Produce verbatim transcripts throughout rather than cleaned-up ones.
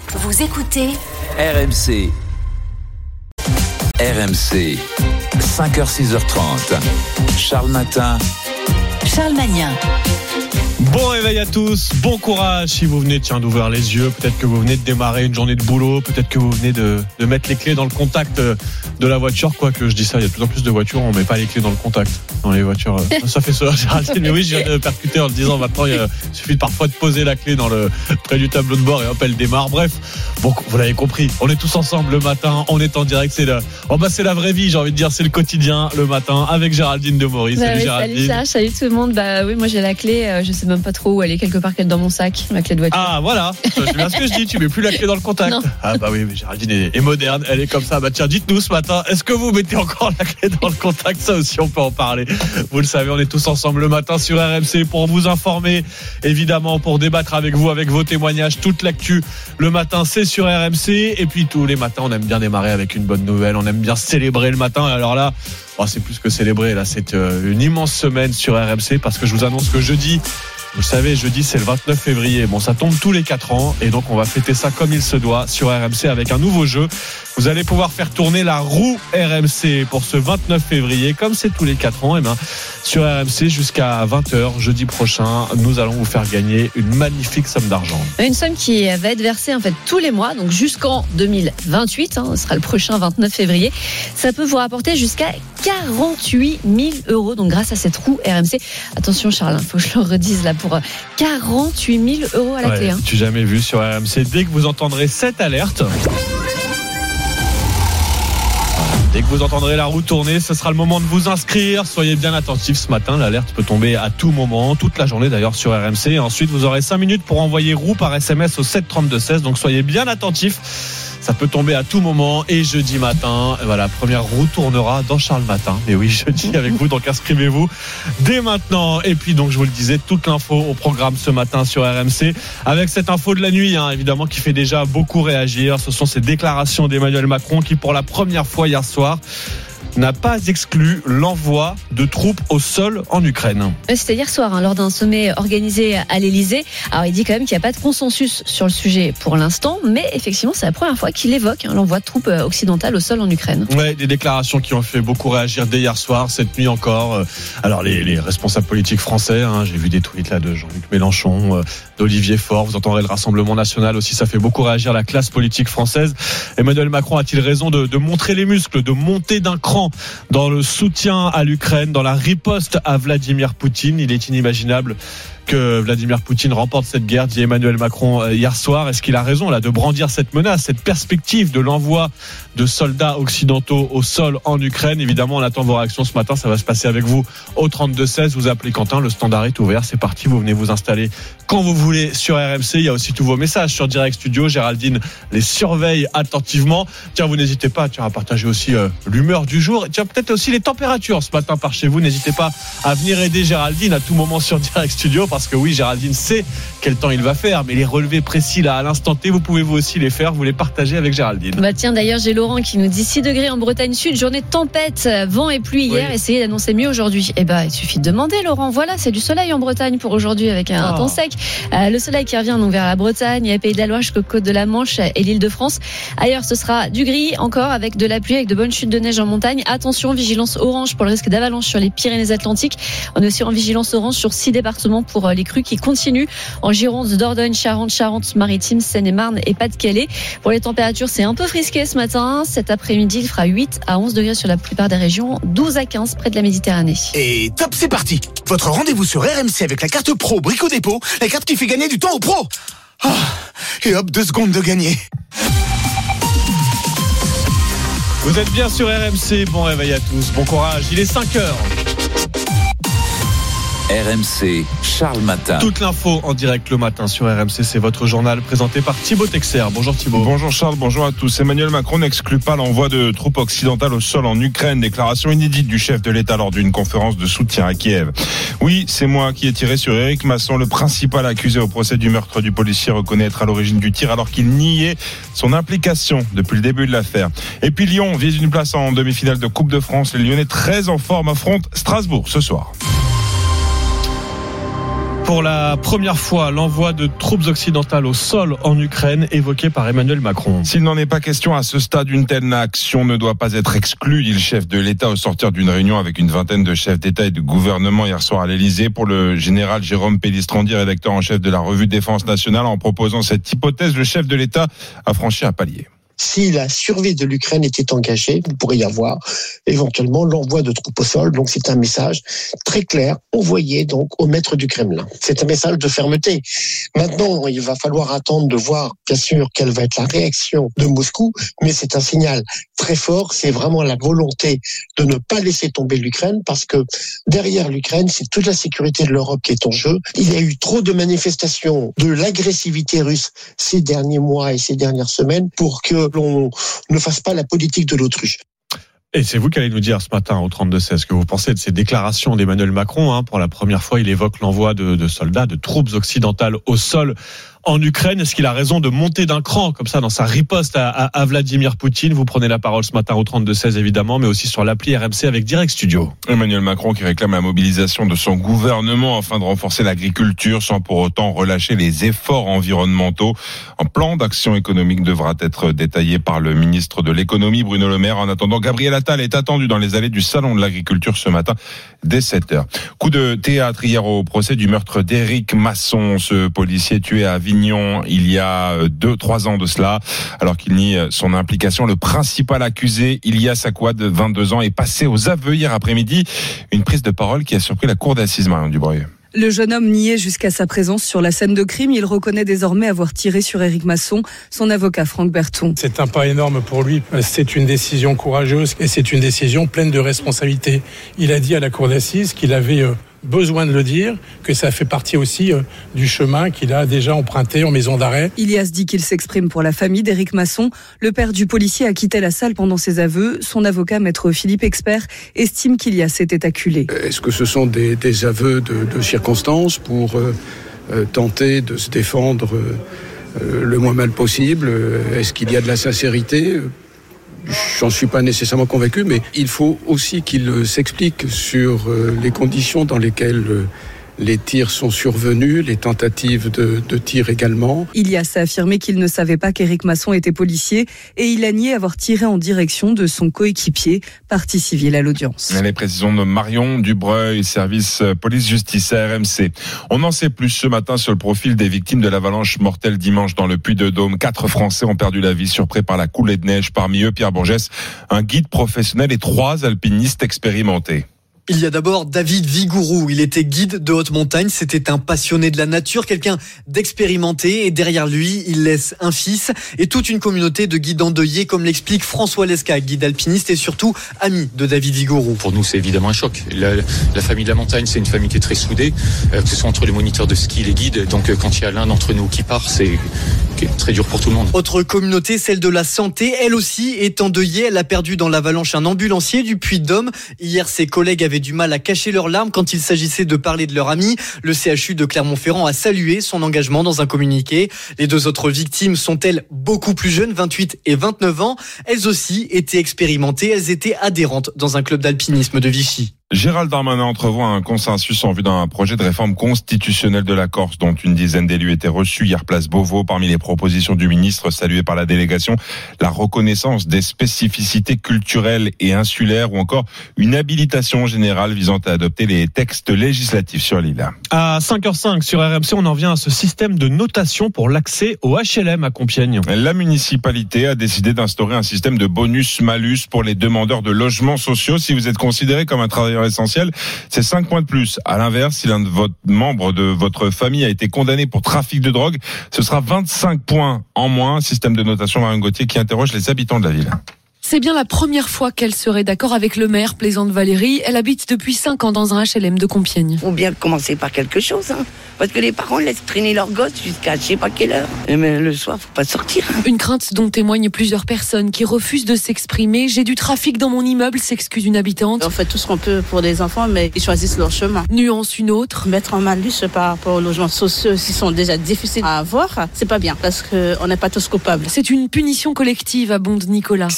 Vous écoutez R M C. R M C. cinq heures six heures trente. Charles Matin. Charles Magnin. Bon réveil à tous, bon courage si vous venez tiens, d'ouvrir les yeux, peut-être que vous venez de démarrer une journée de boulot, peut-être que vous venez de, de mettre les clés dans le contact de la voiture, quoique je dis ça, il y a de plus en plus de voitures, on met pas les clés dans le contact dans les voitures, ça fait ça, Géraldine, mais oui je viens de percuter en le disant maintenant, il suffit parfois de poser la clé dans le, près du tableau de bord et hop elle démarre, bref, bon vous l'avez compris, on est tous ensemble le matin, on est en direct, c'est la, oh bah c'est la vraie vie j'ai envie de dire, c'est le quotidien le matin avec Géraldine Demory, bah salut oui, Géraldine. Salut Charles, salut tout le monde, bah oui moi j'ai la clé, euh, je sais même pas trop où elle est, quelque part qu'elle est dans mon sac, ma clé de voiture. Ah voilà, c'est bien ce que je dis, tu mets plus la clé dans le contact. Non. Ah bah oui, mais Géraldine est, est moderne, elle est comme ça. Bah tiens, dites-nous ce matin, est-ce que vous mettez encore la clé dans le contact? Ça aussi on peut en parler. Vous le savez, on est tous ensemble le matin sur R M C pour vous informer, évidemment pour débattre avec vous, avec vos témoignages, toute l'actu. Le matin c'est sur R M C et puis tous les matins on aime bien démarrer avec une bonne nouvelle, on aime bien célébrer le matin. Alors là, oh, c'est plus que célébrer, là c'est une immense semaine sur R M C parce que je vous annonce que jeudi, vous le savez, jeudi c'est le vingt-neuf février. Bon, ça tombe tous les quatre ans et donc on va fêter ça comme il se doit sur R M C avec un nouveau jeu. Vous allez pouvoir faire tourner la roue R M C pour ce vingt-neuf février, comme c'est tous les quatre ans. Et ben sur R M C jusqu'à vingt heures jeudi prochain, nous allons vous faire gagner une magnifique somme d'argent. Une somme qui va être versée en fait tous les mois, donc jusqu'en deux mille vingt-huit. Hein, ce sera le prochain vingt-neuf février. Ça peut vous rapporter jusqu'à quarante-huit mille euros. Donc grâce à cette roue R M C. Attention Charles, il faut que je le redise là. Pour quarante-huit mille euros à la ouais, clé. Hein. Tu jamais vu sur R M C. Dès que vous entendrez cette alerte, dès que vous entendrez la roue tourner, ce sera le moment de vous inscrire. Soyez bien attentifs ce matin. L'alerte peut tomber à tout moment, toute la journée d'ailleurs sur R M C. Et ensuite, vous aurez cinq minutes pour envoyer roue par S M S au sept trente-deux seize. Donc soyez bien attentifs. Ça peut tomber à tout moment et jeudi matin, voilà, première roue tournera dans Charles Matin. Et oui, jeudi avec vous, donc inscrivez-vous dès maintenant. Et puis donc je vous le disais, toute l'info au programme ce matin sur R M C avec cette info de la nuit, hein, évidemment qui fait déjà beaucoup réagir. Ce sont ces déclarations d'Emmanuel Macron qui pour la première fois hier soir n'a pas exclu l'envoi de troupes au sol en Ukraine. C'était hier soir, hein, lors d'un sommet organisé à l'Elysée. Alors il dit quand même qu'il n'y a pas de consensus sur le sujet pour l'instant, mais effectivement c'est la première fois qu'il évoque hein, l'envoi de troupes occidentales au sol en Ukraine. Ouais, des déclarations qui ont fait beaucoup réagir dès hier soir, cette nuit encore. Alors les, les responsables politiques français, hein, j'ai vu des tweets là de Jean-Luc Mélenchon, d'Olivier Faure, vous entendrez le Rassemblement National aussi, ça fait beaucoup réagir la classe politique française. Emmanuel Macron a-t-il raison de, de montrer les muscles, de monter d'un cran dans le soutien à l'Ukraine, dans la riposte à Vladimir Poutine? Il est inimaginable que Vladimir Poutine remporte cette guerre, dit Emmanuel Macron hier soir. Est-ce qu'il a raison là de brandir cette menace, cette perspective de l'envoi de soldats occidentaux au sol en Ukraine? Évidemment, on attend vos réactions ce matin. Ça va se passer avec vous au trente-deux seize. Vous appelez Quentin, le standard est ouvert. C'est parti, vous venez vous installer quand vous voulez sur R M C. Il y a aussi tous vos messages sur Direct Studio. Géraldine les surveille attentivement. Tiens, vous n'hésitez pas tiens, à partager aussi euh, l'humeur du jour. Tiens, peut-être aussi les températures ce matin par chez vous. N'hésitez pas à venir aider Géraldine à tout moment sur Direct Studio. Parce que oui, Géraldine sait quel temps il va faire, mais les relevés précis là à l'instant T, vous pouvez vous aussi les faire, vous les partagez avec Géraldine. Bah tiens, d'ailleurs j'ai Laurent qui nous dit six degrés en Bretagne Sud, journée de tempête, vent et pluie hier, oui. Essayez d'annoncer mieux aujourd'hui. Eh bah il suffit de demander Laurent, voilà, c'est du soleil en Bretagne pour aujourd'hui avec un oh. temps sec. Euh, le soleil qui revient donc vers la Bretagne, et Pays de la Loire jusqu'aux côtes de la Manche et l'île de France. Ailleurs ce sera du gris encore avec de la pluie, avec de bonnes chutes de neige en montagne. Attention, vigilance orange pour le risque d'avalanche sur les Pyrénées-Atlantiques. On est aussi en vigilance orange sur six départements pour les crues qui continuent en Gironde, Dordogne, Charente, Charente-Maritime, Seine-et-Marne et Pas-de-Calais. Pour les températures, c'est un peu frisqué ce matin. Cet après-midi, il fera huit à onze degrés sur la plupart des régions, douze à quinze près de la Méditerranée. Et top, c'est parti. Votre rendez-vous sur R M C avec la carte Pro Brico Dépôt, la carte qui fait gagner du temps aux pros. Oh, et hop, deux secondes de gagner. Vous êtes bien sur R M C, bon réveil à tous, bon courage, il est cinq heures. R M C, Charles Matin. Toute l'info en direct le matin sur R M C, c'est votre journal présenté par Thibaut Texer. Bonjour Thibaut. Bonjour Charles, bonjour à tous. Emmanuel Macron n'exclut pas l'envoi de troupes occidentales au sol en Ukraine. Déclaration inédite du chef de l'État lors d'une conférence de soutien à Kiev. Oui, c'est moi qui ai tiré sur Éric Masson, le principal accusé au procès du meurtre du policier, reconnaît être à l'origine du tir alors qu'il niait son implication depuis le début de l'affaire. Et puis Lyon vise une place en demi-finale de Coupe de France. Les Lyonnais très en forme affrontent Strasbourg ce soir. Pour la première fois, l'envoi de troupes occidentales au sol en Ukraine évoqué par Emmanuel Macron. S'il n'en est pas question à ce stade, une telle action ne doit pas être exclue, dit le chef de l'État au sortir d'une réunion avec une vingtaine de chefs d'État et de gouvernement hier soir à l'Élysée. Pour le général Jérôme Pellistrandi, rédacteur en chef de la revue Défense nationale, en proposant cette hypothèse, le chef de l'État a franchi un palier. Si la survie de l'Ukraine était engagée, il pourrait y avoir éventuellement l'envoi de troupes au sol. Donc c'est un message très clair envoyé donc au maître du Kremlin. C'est un message de fermeté. Maintenant, il va falloir attendre de voir, bien sûr, quelle va être la réaction de Moscou, mais c'est un signal très fort. C'est vraiment la volonté de ne pas laisser tomber l'Ukraine, parce que derrière l'Ukraine, c'est toute la sécurité de l'Europe qui est en jeu. Il y a eu trop de manifestations de l'agressivité russe ces derniers mois et ces dernières semaines pour que l'on ne fasse pas la politique de l'autruche. Et c'est vous qui allez nous dire ce matin au trente-deux seize ce que vous pensez de ces déclarations d'Emmanuel Macron. Hein. Pour la première fois, il évoque l'envoi de, de soldats, de troupes occidentales au sol en Ukraine. Est-ce qu'il a raison de monter d'un cran comme ça dans sa riposte à, à, à Vladimir Poutine? Vous prenez la parole ce matin au trente-deux seize évidemment, mais aussi sur l'appli R M C avec Direct Studio. Emmanuel Macron qui réclame la mobilisation de son gouvernement afin de renforcer l'agriculture sans pour autant relâcher les efforts environnementaux. Un plan d'action économique devra être détaillé par le ministre de l'économie Bruno Le Maire. En attendant, Gabriel Attal est attendu dans les allées du salon de l'agriculture ce matin dès sept heures. Coup de théâtre hier au procès du meurtre d'Éric Masson, ce policier tué à Avignon il y a deux, trois ans de cela, alors qu'il nie son implication. Le principal accusé, Ilyas Akwad, vingt-deux ans, est passé aux aveux hier après-midi. Une prise de parole qui a surpris la cour d'assises, Marion Dubreuil. Le jeune homme niait jusqu'à sa présence sur la scène de crime. Il reconnaît désormais avoir tiré sur Éric Masson. Son avocat Franck Berton. C'est un pas énorme pour lui. C'est une décision courageuse et c'est une décision pleine de responsabilité. Il a dit à la cour d'assises qu'il avait besoin de le dire, que ça fait partie aussi euh, du chemin qu'il a déjà emprunté en maison d'arrêt. Ilyas dit qu'il s'exprime pour la famille d'Éric Masson. Le père du policier a quitté la salle pendant ses aveux. Son avocat, maître Philippe Expert, estime qu'Ilyas était acculé. Est-ce que ce sont des, des aveux de, de circonstances pour euh, euh, tenter de se défendre euh, le moins mal possible? Est-ce qu'il y a de la sincérité? J'en suis pas nécessairement convaincu, mais il faut aussi qu'il s'explique sur les conditions dans lesquelles les tirs sont survenus, les tentatives de, de tir également. Ilyas a affirmé qu'il ne savait pas qu'Éric Masson était policier et il a nié avoir tiré en direction de son coéquipier, partie civile à l'audience. Les précisions de Marion Dubreuil, service police-justice à R M C. On en sait plus ce matin sur le profil des victimes de l'avalanche mortelle dimanche dans le Puy-de-Dôme. Quatre Français ont perdu la vie surpris par la coulée de neige. Parmi eux, Pierre Bourgès, un guide professionnel et trois alpinistes expérimentés. Il y a d'abord David Vigourou. Il était guide de haute montagne. C'était un passionné de la nature, quelqu'un d'expérimenté. Et derrière lui, il laisse un fils et toute une communauté de guides endeuillés, comme l'explique François Lesca, guide alpiniste et surtout ami de David Vigourou. Pour nous, c'est évidemment un choc. La, la famille de la montagne, c'est une famille qui est très soudée, euh, que ce soit entre les moniteurs de ski et les guides. Donc, euh, quand il y a l'un d'entre nous qui part, c'est très dur pour tout le monde. Autre communauté, celle de la santé. Elle aussi est endeuillée. Elle a perdu dans l'avalanche un ambulancier du Puy-de-Dôme. Hier, ses collègues avaient du mal à cacher leurs larmes quand il s'agissait de parler de leur ami. Le C H U de Clermont-Ferrand a salué son engagement dans un communiqué. Les deux autres victimes sont-elles beaucoup plus jeunes, vingt-huit et vingt-neuf ans. Elles aussi étaient expérimentées. Elles étaient adhérentes dans un club d'alpinisme de Vichy. Gérald Darmanin entrevoit un consensus en vue d'un projet de réforme constitutionnelle de la Corse dont une dizaine d'élus étaient reçus hier place Beauvau. Parmi les propositions du ministre saluées par la délégation, la reconnaissance des spécificités culturelles et insulaires ou encore une habilitation générale visant à adopter les textes législatifs sur l'île. À cinq heures cinq sur R M C, on en vient à ce système de notation pour l'accès au H L M à Compiègne. La municipalité a décidé d'instaurer un système de bonus-malus pour les demandeurs de logements sociaux. Si vous êtes considéré comme un travailleur essentiel, c'est cinq points de plus. À l'inverse, si l'un de votre membre de votre famille a été condamné pour trafic de drogue, ce sera vingt-cinq points en moins. Système de notation Marion Gauthier qui interroge les habitants de la ville. C'est bien la première fois qu'elle serait d'accord avec le maire, plaisante Valérie. Elle habite depuis cinq ans dans un H L M de Compiègne. Faut bien commencer par quelque chose, hein. Parce que les parents laissent traîner leurs gosses jusqu'à je sais pas quelle heure. Mais le soir, faut pas sortir. Hein. Une crainte dont témoignent plusieurs personnes qui refusent de s'exprimer. J'ai du trafic dans mon immeuble, s'excuse une habitante. On fait tout ce qu'on peut pour les enfants, mais ils choisissent leur chemin. Nuance une autre. Mettre en malus par rapport aux logements sociaux qui sont déjà difficiles à avoir, c'est pas bien, parce qu'on n'est pas tous coupables. C'est une punition collective, abonde Nicolas. C'est le risque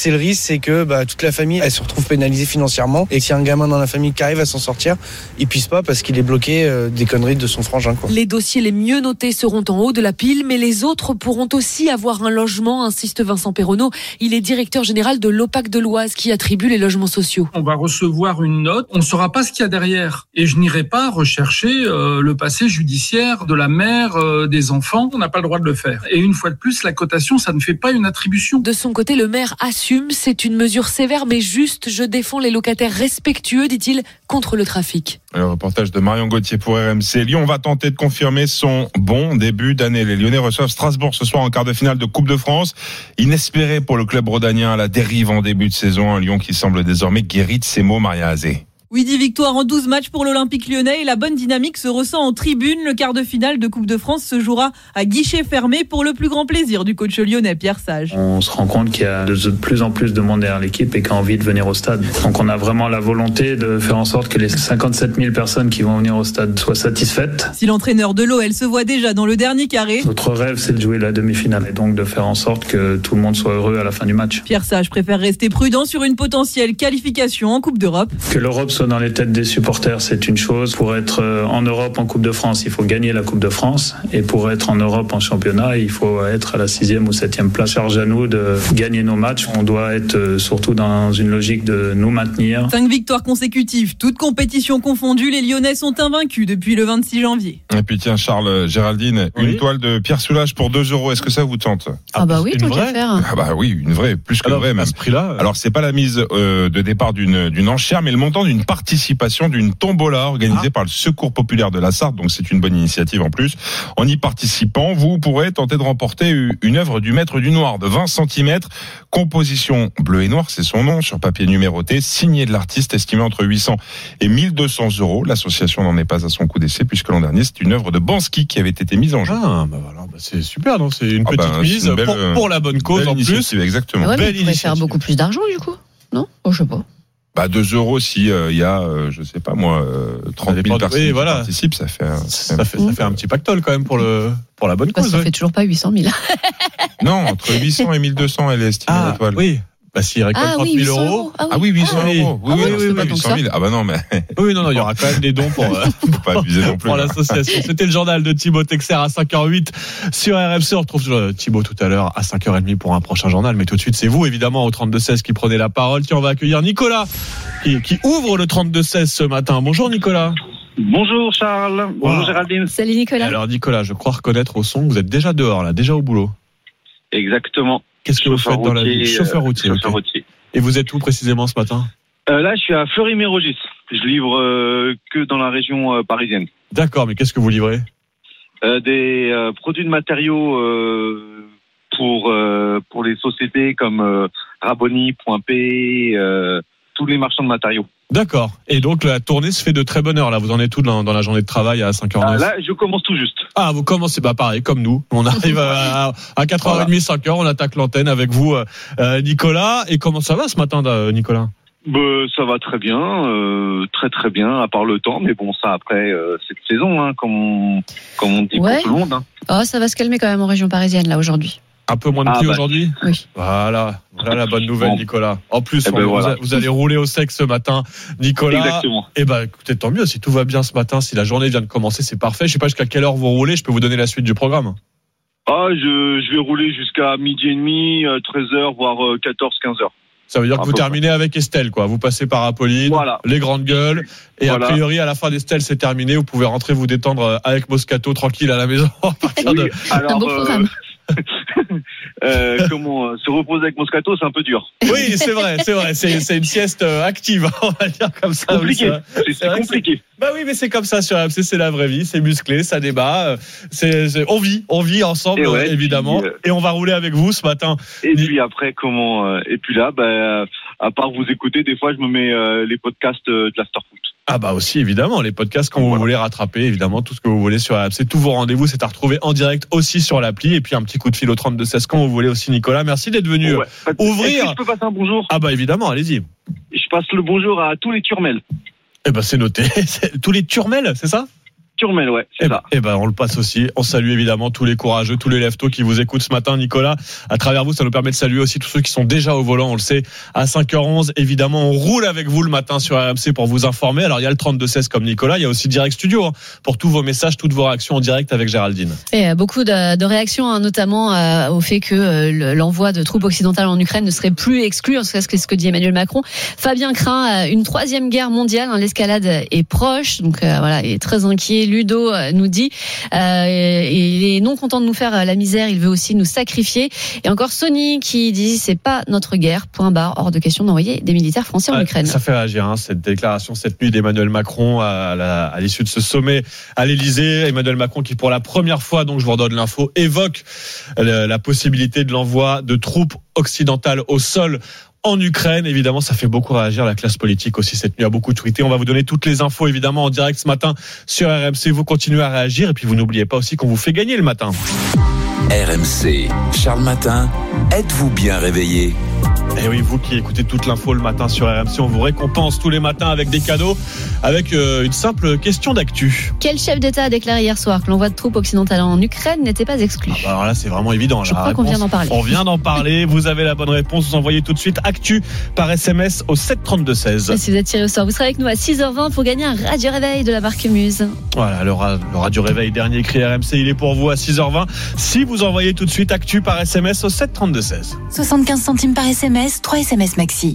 c'est que bah, toute la famille, elle se retrouve pénalisée financièrement. Et s'il y a un gamin dans la famille qui arrive à s'en sortir, il puisse pas parce qu'il est bloqué euh, des conneries de son frangin, quoi. Les dossiers les mieux notés seront en haut de la pile, mais les autres pourront aussi avoir un logement, insiste Vincent Perronneau. Il est directeur général de l'O P A C de l'Oise qui attribue les logements sociaux. On va recevoir une note, on ne saura pas ce qu'il y a derrière. Et je n'irai pas rechercher euh, le passé judiciaire de la mère, euh, des enfants. On n'a pas le droit de le faire. Et une fois de plus, la cotation, ça ne fait pas une attribution. De son côté, le maire assume, c'est une mesure sévère mais juste. Je défends les locataires respectueux, dit-il, contre le trafic. Le reportage de Marion Gauthier pour R M C. Lyon va tenter de confirmer son bon début d'année. Les Lyonnais reçoivent Strasbourg ce soir en quart de finale de Coupe de France. Inespéré pour le club rhodanien à la dérive en début de saison. Un Lyon qui semble désormais guéri de ses maux, Maria Azé. Oui, dix victoires en douze matchs pour l'Olympique Lyonnais et la bonne dynamique se ressent en tribune. Le quart de finale de Coupe de France se jouera à guichet fermé pour le plus grand plaisir du coach lyonnais Pierre Sage. On se rend compte qu'il y a de plus en plus de monde derrière l'équipe et qui a envie de venir au stade. Donc on a vraiment la volonté de faire en sorte que les cinquante-sept mille personnes qui vont venir au stade soient satisfaites. Si l'entraîneur de l'O L se voit déjà dans le dernier carré, notre rêve c'est de jouer la demi-finale et donc de faire en sorte que tout le monde soit heureux à la fin du match. Pierre Sage préfère rester prudent sur une potentielle qualification en Coupe d'Europe. Que l'Europe soit dans les têtes des supporters, c'est une chose. Pour être en Europe en Coupe de France, il faut gagner la Coupe de France. Et pour être en Europe en championnat, il faut être à la sixième ou septième place. Charge à nous de gagner nos matchs. On doit être surtout dans une logique de nous maintenir. Cinq victoires consécutives, toutes compétitions confondues. Les Lyonnais sont invaincus depuis le vingt-six janvier. Et puis tiens, Charles, Géraldine, oui. Une toile de Pierre Soulages pour deux euros. Est-ce que ça vous tente? Ah bah oui, tant qu'à faire. Ah bah oui, une vraie, plus que Alors, vraie même. À ce prix-là. Alors c'est pas la mise euh, de départ d'une d'une enchère, mais le montant d'une participation d'une tombola organisée ah. par le Secours populaire de la Sarthe. Donc c'est une bonne initiative en plus. En y participant, vous pourrez tenter de remporter une œuvre du Maître du Noir de vingt centimètres, composition bleu et noir, c'est son nom, sur papier numéroté, signé de l'artiste, estimé entre huit cents et mille deux cents euros. L'association n'en est pas à son coup d'essai puisque l'an dernier c'est une œuvre de Bansky qui avait été mise en jeu. Ah bah voilà, bah c'est super, non, c'est une ah petite bah, mise une belle, pour, pour la bonne cause en plus. Exactement. Ouais, mais belle il pourrait faire beaucoup plus d'argent du coup, non? Oh, je sais pas. Bah deux euros si il euh, y a euh, je sais pas moi euh, trente mille personnes oui, qui voilà. participent, ça fait un, ça, ça fait ça fait un petit pactole quand même pour le pour la bonne bah, cause. Ça ouais. fait toujours pas huit cent mille. Non, entre huit cents et mille deux cents elle est estimée ah, la toile. Oui. Bah s'il récolte ah, trente oui, mille euros. Ah oui, ah oui huit cents ah, euros. Oui, ah, oui, oui, oui, oui, oui, huit cent mille. Ah bah non mais. Oui, non, non, il y aura quand même des dons pour, euh, faut pas abuser non plus. pour l'association. C'était le journal de Thibaut Texer à cinq heures huit sur R M C. On retrouve Thibaut tout à l'heure à cinq heures trente pour un prochain journal. Mais tout de suite, c'est vous, évidemment, au trente-deux seize qui prenez la parole. Tiens, on va accueillir Nicolas qui, qui ouvre le trente-deux seize ce matin. Bonjour, Nicolas. Bonjour, Charles. Bonjour, wow. Géraldine. Salut, Nicolas. Alors, Nicolas, je crois reconnaître au son, vous êtes déjà dehors, là, déjà au boulot. Exactement. Qu'est-ce que chauffeur vous faites routier, dans la vie? Chauffeur routier. Chauffeur okay. routier. Et vous êtes où précisément ce matin? euh, Là, je suis à Fleury-Mérogis. Je livre euh, que dans la région euh, parisienne. D'accord, mais qu'est-ce que vous livrez? euh, Des euh, produits de matériaux euh, pour euh, pour les sociétés comme euh, Raboni, Point P, euh, tous les marchands de matériaux. D'accord. Et donc la tournée se fait de très bonne heure. Là, vous en êtes tout dans, dans la journée de travail à cinq heures neuf? Ah, là, je commence tout juste. Ah, vous commencez, bah pareil, comme nous. On arrive à, à quatre heures trente, voilà. cinq heures, on attaque l'antenne avec vous, euh, Nicolas. Et comment ça va ce matin, Nicolas? Bah, ça va très bien, euh, très très bien, à part le temps. Mais bon, ça après euh, cette saison, hein, comme, on, comme on dit ouais. pour tout le monde. Hein. Oh, ça va se calmer quand même en région parisienne là aujourd'hui. Un peu moins de pluie ah, bah, aujourd'hui? Oui. Voilà, voilà la bonne nouvelle, Nicolas. En plus, eh ben, on, voilà. vous, vous allez rouler au sec ce matin, Nicolas. Exactement. Eh ben, écoutez, tant mieux. Si tout va bien ce matin, si la journée vient de commencer, c'est parfait. Je sais pas jusqu'à quelle heure vous roulez. Je peux vous donner la suite du programme. Ah, je, je vais rouler jusqu'à midi et demi, treize heures, voire quatorze, quinze heures. Ça veut dire que vous terminez avec Estelle, quoi. Vous passez par Apolline, voilà. Les grandes gueules, et voilà. A priori, à la fin d'Estelle, c'est terminé. Vous pouvez rentrer vous détendre avec Moscato tranquille à la maison. À partir oui, de... alors, un bon programme. Euh... euh, comment euh, se reposer avec Moscato, c'est un peu dur. Oui, c'est vrai, c'est vrai. C'est, c'est une sieste active, on va dire comme ça. Compliqué. Oui, c'est, c'est, c'est compliqué. C'est... Bah oui, mais c'est comme ça sur R M C, c'est la vraie vie, c'est musclé, ça débat. C'est, c'est... On vit, on vit ensemble, et ouais, évidemment. Puis, euh... Et on va rouler avec vous ce matin. Et puis après, comment euh... Et puis là, bah, à part vous écouter, des fois, je me mets euh, les podcasts de la Star Foot. Ah bah aussi évidemment les podcasts quand voilà. Vous voulez rattraper évidemment tout ce que vous voulez sur R M C, tous vos rendez-vous c'est à retrouver en direct aussi sur l'appli et puis un petit coup de fil au trente-deux seize quand vous voulez aussi Nicolas. Merci d'être venu ouais. ouvrir. Est-ce que je peux passer un bonjour? Ah bah évidemment, allez-y. Je passe le bonjour à tous les Turmels. Eh ben c'est noté. Tous les Turmels, c'est ça? Turmel, ouais, c'est et ça. Et ben, on le passe aussi. On salue évidemment tous les courageux, tous les leftos qui vous écoutent ce matin, Nicolas. À travers vous, ça nous permet de saluer aussi tous ceux qui sont déjà au volant. On le sait, à cinq heures onze, évidemment, on roule avec vous le matin sur R M C pour vous informer. Alors, il y a le trente-deux seize comme Nicolas. Il y a aussi Direct Studio, hein, pour tous vos messages, toutes vos réactions en direct avec Géraldine. Et euh, beaucoup de, de réactions, hein, notamment euh, au fait que euh, l'envoi de troupes occidentales en Ukraine ne serait plus exclu. En tout cas, c'est ce que dit Emmanuel Macron. Fabien craint euh, une troisième guerre mondiale. Hein, l'escalade est proche. Donc, euh, voilà, il est très inquiet. Ludo euh, nous dit euh, il est non content de nous faire la misère. Il veut aussi nous sacrifier. Et encore Sony qui dit c'est pas notre guerre. Point barre. Hors de question d'envoyer des militaires français en ouais, Ukraine. Ça fait réagir, hein, cette déclaration cette nuit d'Emmanuel Macron à, la, à l'issue de ce sommet à l'Elysée. Emmanuel Macron qui, pour la première fois, donc je vous redonne l'info, évoque le, la possibilité de l'envoi de troupes occidentales au sol en Ukraine. Évidemment, ça fait beaucoup réagir la classe politique aussi cette nuit, a beaucoup tweeté. On va vous donner toutes les infos évidemment en direct ce matin sur R M C. Vous continuez à réagir et puis vous n'oubliez pas aussi qu'on vous fait gagner le matin. R M C, Charles Matin, êtes-vous bien réveillé ? Et oui, vous qui écoutez toute l'info le matin sur R M C, on vous récompense tous les matins avec des cadeaux, avec euh, une simple question d'actu. Quel chef d'État a déclaré hier soir que l'envoi de troupes occidentales en Ukraine n'était pas exclu? Ah bah alors là, c'est vraiment évident. Je crois qu'on vient d'en parler. On vient d'en parler. Vous avez la bonne réponse. Vous envoyez tout de suite actu par S M S au sept trente-deux seize. Et si vous êtes tiré au sort, vous serez avec nous à six heures vingt pour gagner un radio réveil de la marque Muse. Voilà, le, ra- le radio réveil dernier cri R M C, il est pour vous à six heures vingt. Si vous envoyez tout de suite actu par S M S au sept trente-deux seize. soixante-quinze centimes par S M S, trois S M S maxi.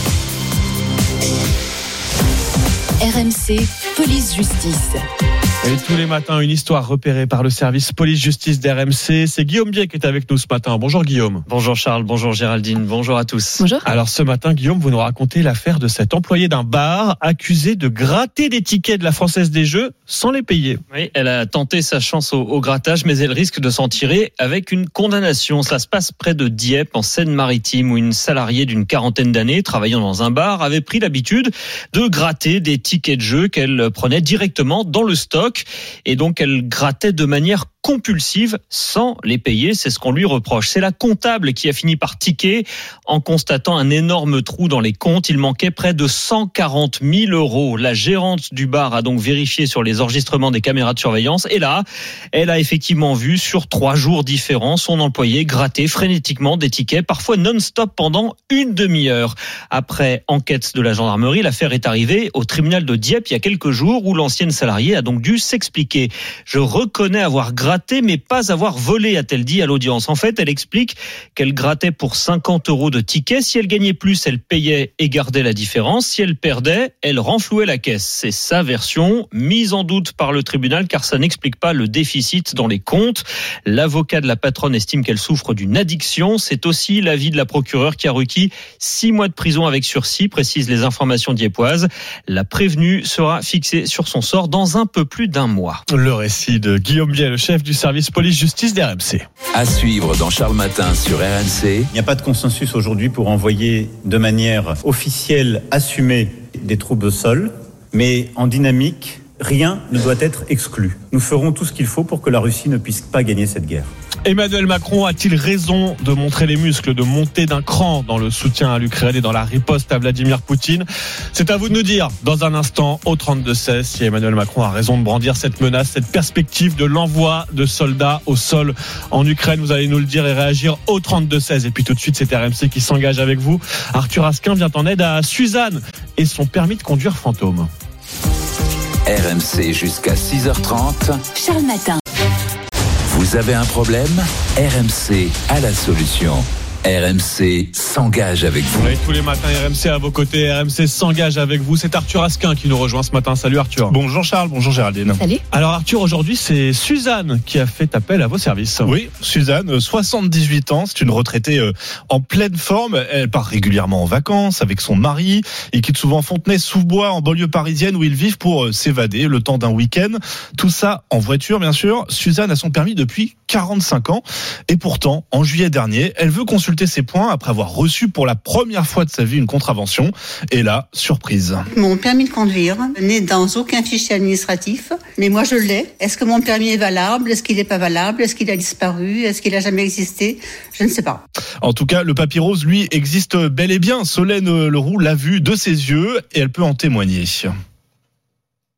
R M C, police justice. Et tous les matins, une histoire repérée par le service police-justice d'R M C. C'est Guillaume Bier qui est avec nous ce matin. Bonjour Guillaume. Bonjour Charles, bonjour Géraldine, bonjour à tous. Bonjour. Alors ce matin, Guillaume, vous nous racontez l'affaire de cet employé d'un bar accusé de gratter des tickets de la Française des Jeux sans les payer. Oui, elle a tenté sa chance au, au grattage, mais elle risque de s'en tirer avec une condamnation. Ça se passe près de Dieppe, en Seine-Maritime, où une salariée d'une quarantaine d'années, travaillant dans un bar, avait pris l'habitude de gratter des tickets de jeu qu'elle prenait directement dans le stock. Et donc, elle grattait de manière compulsive sans les payer. C'est ce qu'on lui reproche. C'est la comptable qui a fini par tiquer en constatant un énorme trou dans les comptes. Il manquait près de cent quarante mille euros. La gérante du bar a donc vérifié sur les enregistrements des caméras de surveillance. Et là, elle a effectivement vu sur trois jours différents son employé gratter frénétiquement des tickets, parfois non-stop pendant une demi-heure. Après enquête de la gendarmerie, l'affaire est arrivée au tribunal de Dieppe il y a quelques jours où l'ancienne salariée a donc dû s'expliquer. Je reconnais avoir gratté mais pas avoir volé, a-t-elle dit à l'audience. En fait, elle explique qu'elle grattait pour cinquante euros de tickets. Si elle gagnait plus, elle payait et gardait la différence. Si elle perdait, elle renflouait la caisse. C'est sa version, mise en doute par le tribunal car ça n'explique pas le déficit dans les comptes. L'avocat de la patronne estime qu'elle souffre d'une addiction. C'est aussi l'avis de la procureure qui a requis six mois de prison avec sursis, précisent les informations dieppoises. La prévenue sera fixée sur son sort dans un peu plus d'un mois. Le récit de Guillaume Biel, le chef du service police-justice d'R M C. À suivre dans Charles Matin sur R M C. Il n'y a pas de consensus aujourd'hui pour envoyer de manière officielle, assumée, des troupes au sol, mais en dynamique, rien ne doit être exclu. Nous ferons tout ce qu'il faut pour que la Russie ne puisse pas gagner cette guerre. Emmanuel Macron a-t-il raison de montrer les muscles, de monter d'un cran dans le soutien à l'Ukraine et dans la riposte à Vladimir Poutine? C'est à vous de nous dire dans un instant au trente-deux seize si Emmanuel Macron a raison de brandir cette menace, cette perspective de l'envoi de soldats au sol en Ukraine. Vous allez nous le dire et réagir au trente-deux seize. Et puis tout de suite, c'est R M C qui s'engage avec vous. Arthur Asquin vient en aide à Suzanne et son permis de conduire fantôme. R M C jusqu'à six heures trente. Charles Matin. Vous avez un problème? R M C a la solution. R M C s'engage avec vous. Oui, tous les matins, R M C à vos côtés. R M C s'engage avec vous. C'est Arthur Asquin qui nous rejoint ce matin. Salut Arthur. Bonjour Charles, bonjour Géraldine. Salut. Alors Arthur, aujourd'hui, c'est Suzanne qui a fait appel à vos services. Oui, Suzanne, soixante-dix-huit ans, c'est une retraitée en pleine forme. Elle part régulièrement en vacances avec son mari. Il quitte souvent Fontenay-sous-Bois en banlieue parisienne où ils vivent pour s'évader le temps d'un week-end. Tout ça en voiture, bien sûr. Suzanne a son permis depuis quarante-cinq ans. Et pourtant, en juillet dernier, elle veut consulter ses points après avoir reçu pour la première fois de sa vie une contravention. Et là, surprise. Mon permis de conduire n'est dans aucun fichier administratif, mais moi je l'ai. Est-ce que mon permis est valable? Est-ce qu'il n'est pas valable? Est-ce qu'il a disparu? Est-ce qu'il a jamais existé? Je ne sais pas. En tout cas, le papy rose, lui, existe bel et bien. Solène Leroux l'a vu de ses yeux et elle peut en témoigner.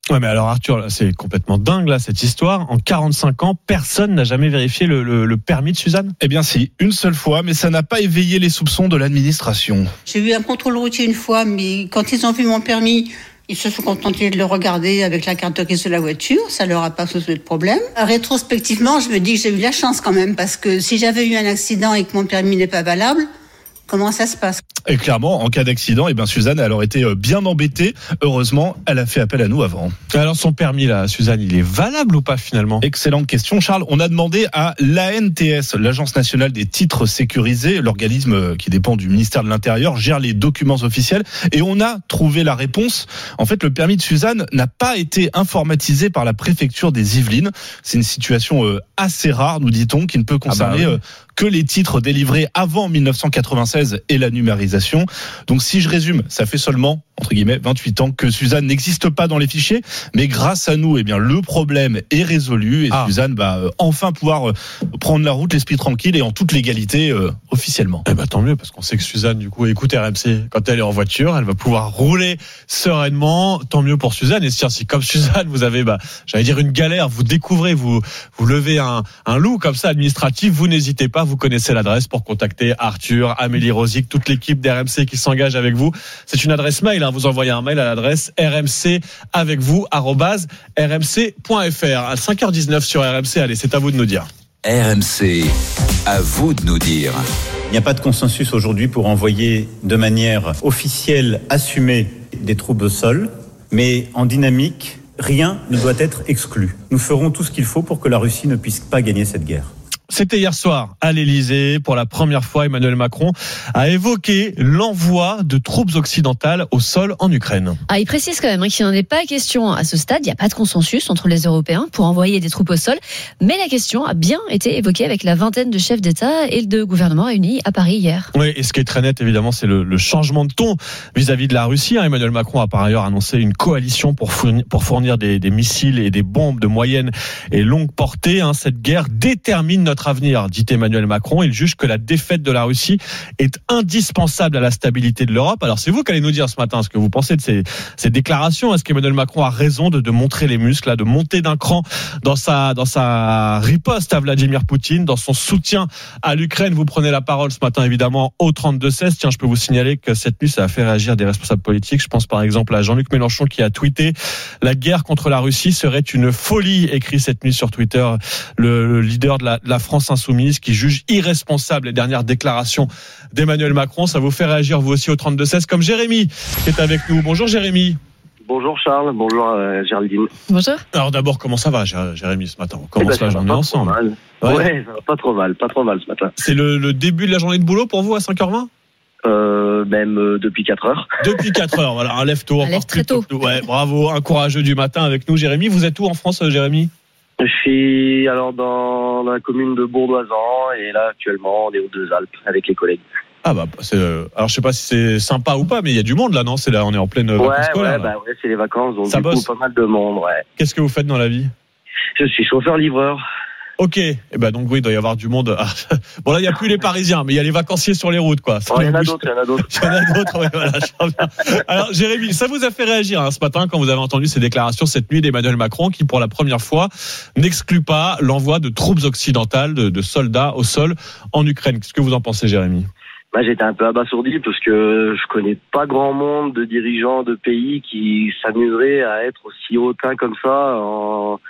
Ouais, mais alors Arthur, c'est complètement dingue là cette histoire. En quarante-cinq ans, personne n'a jamais vérifié le, le, le permis de Suzanne. Eh bien si, une seule fois, mais ça n'a pas éveillé les soupçons de l'administration. J'ai eu un contrôle routier une fois, mais quand ils ont vu mon permis, ils se sont contentés de le regarder avec la carte grise de la voiture. Ça leur a pas posé de problème. Rétrospectivement, je me dis que j'ai eu la chance quand même, parce que si j'avais eu un accident et que mon permis n'est pas valable, comment ça se passe ? Et clairement, en cas d'accident, eh ben Suzanne, elle aurait été bien embêtée. Heureusement, elle a fait appel à nous avant. Alors son permis là, Suzanne, il est valable ou pas finalement ? Excellente question, Charles. On a demandé à l'A N T S, l'Agence nationale des titres sécurisés, l'organisme qui dépend du ministère de l'Intérieur, gère les documents officiels, et on a trouvé la réponse. En fait, le permis de Suzanne n'a pas été informatisé par la préfecture des Yvelines. C'est une situation assez rare, nous dit-on, qui ne peut concerner ah bah oui. que les titres délivrés avant dix-neuf cent quatre-vingt-seize et la numérisation. Donc si je résume, ça fait seulement entre guillemets vingt-huit ans que Suzanne n'existe pas dans les fichiers, mais grâce à nous, eh bien le problème est résolu et ah. Suzanne va enfin pouvoir prendre la route l'esprit tranquille et en toute légalité euh, officiellement. Eh ben tant mieux, parce qu'on sait que Suzanne du coup écoute R M C quand elle est en voiture, elle va pouvoir rouler sereinement. Tant mieux pour Suzanne. Et si comme Suzanne vous avez bah j'allais dire une galère, vous découvrez, vous vous levez un un loup comme ça administratif, vous n'hésitez pas, vous connaissez l'adresse pour contacter Arthur, Amélie Rosic, toute l'équipe d'R M C qui s'engage avec vous. C'est une adresse mail, hein, vous envoyez un mail à l'adresse rmc avec vous arobase rmc point fr. À cinq heures dix-neuf sur R M C, allez, c'est à vous de nous dire. R M C, à vous de nous dire. Il n'y a pas de consensus aujourd'hui pour envoyer de manière officielle, assumée, des troupes au sol, mais en dynamique, rien ne doit être exclu. Nous ferons tout ce qu'il faut pour que la Russie ne puisse pas gagner cette guerre. C'était hier soir à l'Elysée. Pour la première fois, Emmanuel Macron a évoqué l'envoi de troupes occidentales au sol en Ukraine. Ah, il précise quand même hein, qu'il n'en est pas question à ce stade. Il n'y a pas de consensus entre les Européens pour envoyer des troupes au sol. Mais la question a bien été évoquée avec la vingtaine de chefs d'État et de gouvernement réunis à Paris hier. Oui, et ce qui est très net, évidemment, c'est le, le changement de ton vis-à-vis de la Russie. Emmanuel Macron a par ailleurs annoncé une coalition pour fournir, pour fournir des, des missiles et des bombes de moyenne et longue portée. Cette guerre détermine notre avenir, dit Emmanuel Macron. Il juge que la défaite de la Russie est indispensable à la stabilité de l'Europe. Alors c'est vous qui allez nous dire ce matin ce que vous pensez de ces, ces déclarations. Est-ce qu'Emmanuel Macron a raison de, de montrer les muscles, là, de monter d'un cran dans sa, dans sa riposte à Vladimir Poutine, dans son soutien à l'Ukraine? Vous prenez la parole ce matin évidemment au trente-deux seize. Tiens, je peux vous signaler que cette nuit ça a fait réagir des responsables politiques. Je pense par exemple à Jean-Luc Mélenchon qui a tweeté: la guerre contre la Russie serait une folie, écrit cette nuit sur Twitter le, le leader de la, de la France Insoumise, qui juge irresponsable les dernières déclarations d'Emmanuel Macron. Ça vous fait réagir vous aussi au trente-deux seize, comme Jérémy qui est avec nous. Bonjour Jérémy. Bonjour Charles, bonjour euh, Géraldine. Bonjour. Alors d'abord, comment ça va Jérémy ce matin? On commence eh ben, la journée ensemble. Ouais. ouais, ça va pas trop mal, pas trop mal ce matin. C'est le, le début de la journée de boulot pour vous à cinq heures vingt? Euh, même euh, depuis quatre heures. Depuis quatre heures, voilà, un lève tôt, encore très tôt. tôt. Ouais, bravo, un courageux du matin avec nous Jérémy. Vous êtes où en France Jérémy? Je suis alors dans la commune de Bourdoisan et là actuellement on est aux Deux-Alpes avec les collègues. Ah bah c'est, alors je sais pas si c'est sympa ou pas, mais il y a du monde là, non? C'est là, on est en pleine ouais, vacances scolaires. Ouais, bah ouais, c'est les vacances, donc ça du bosse. coup pas mal de monde, ouais. Qu'est-ce que vous faites dans la vie? Je suis chauffeur-livreur. Ok, et eh ben donc oui, il doit y avoir du monde. Bon là, il n'y a plus les Parisiens, mais il y a les vacanciers sur les routes, quoi. Il oh, y en a d'autres, il y en a d'autres. Il y en a d'autres, ouais, voilà. Alors Jérémy, ça vous a fait réagir hein, ce matin quand vous avez entendu ces déclarations cette nuit d'Emmanuel Macron, qui pour la première fois n'exclut pas l'envoi de troupes occidentales, de, de soldats au sol en Ukraine. Qu'est-ce que vous en pensez, Jérémy? Bah, j'étais un peu abasourdi parce que je connais pas grand monde de dirigeants de pays qui s'amuseraient à être aussi hautains comme ça en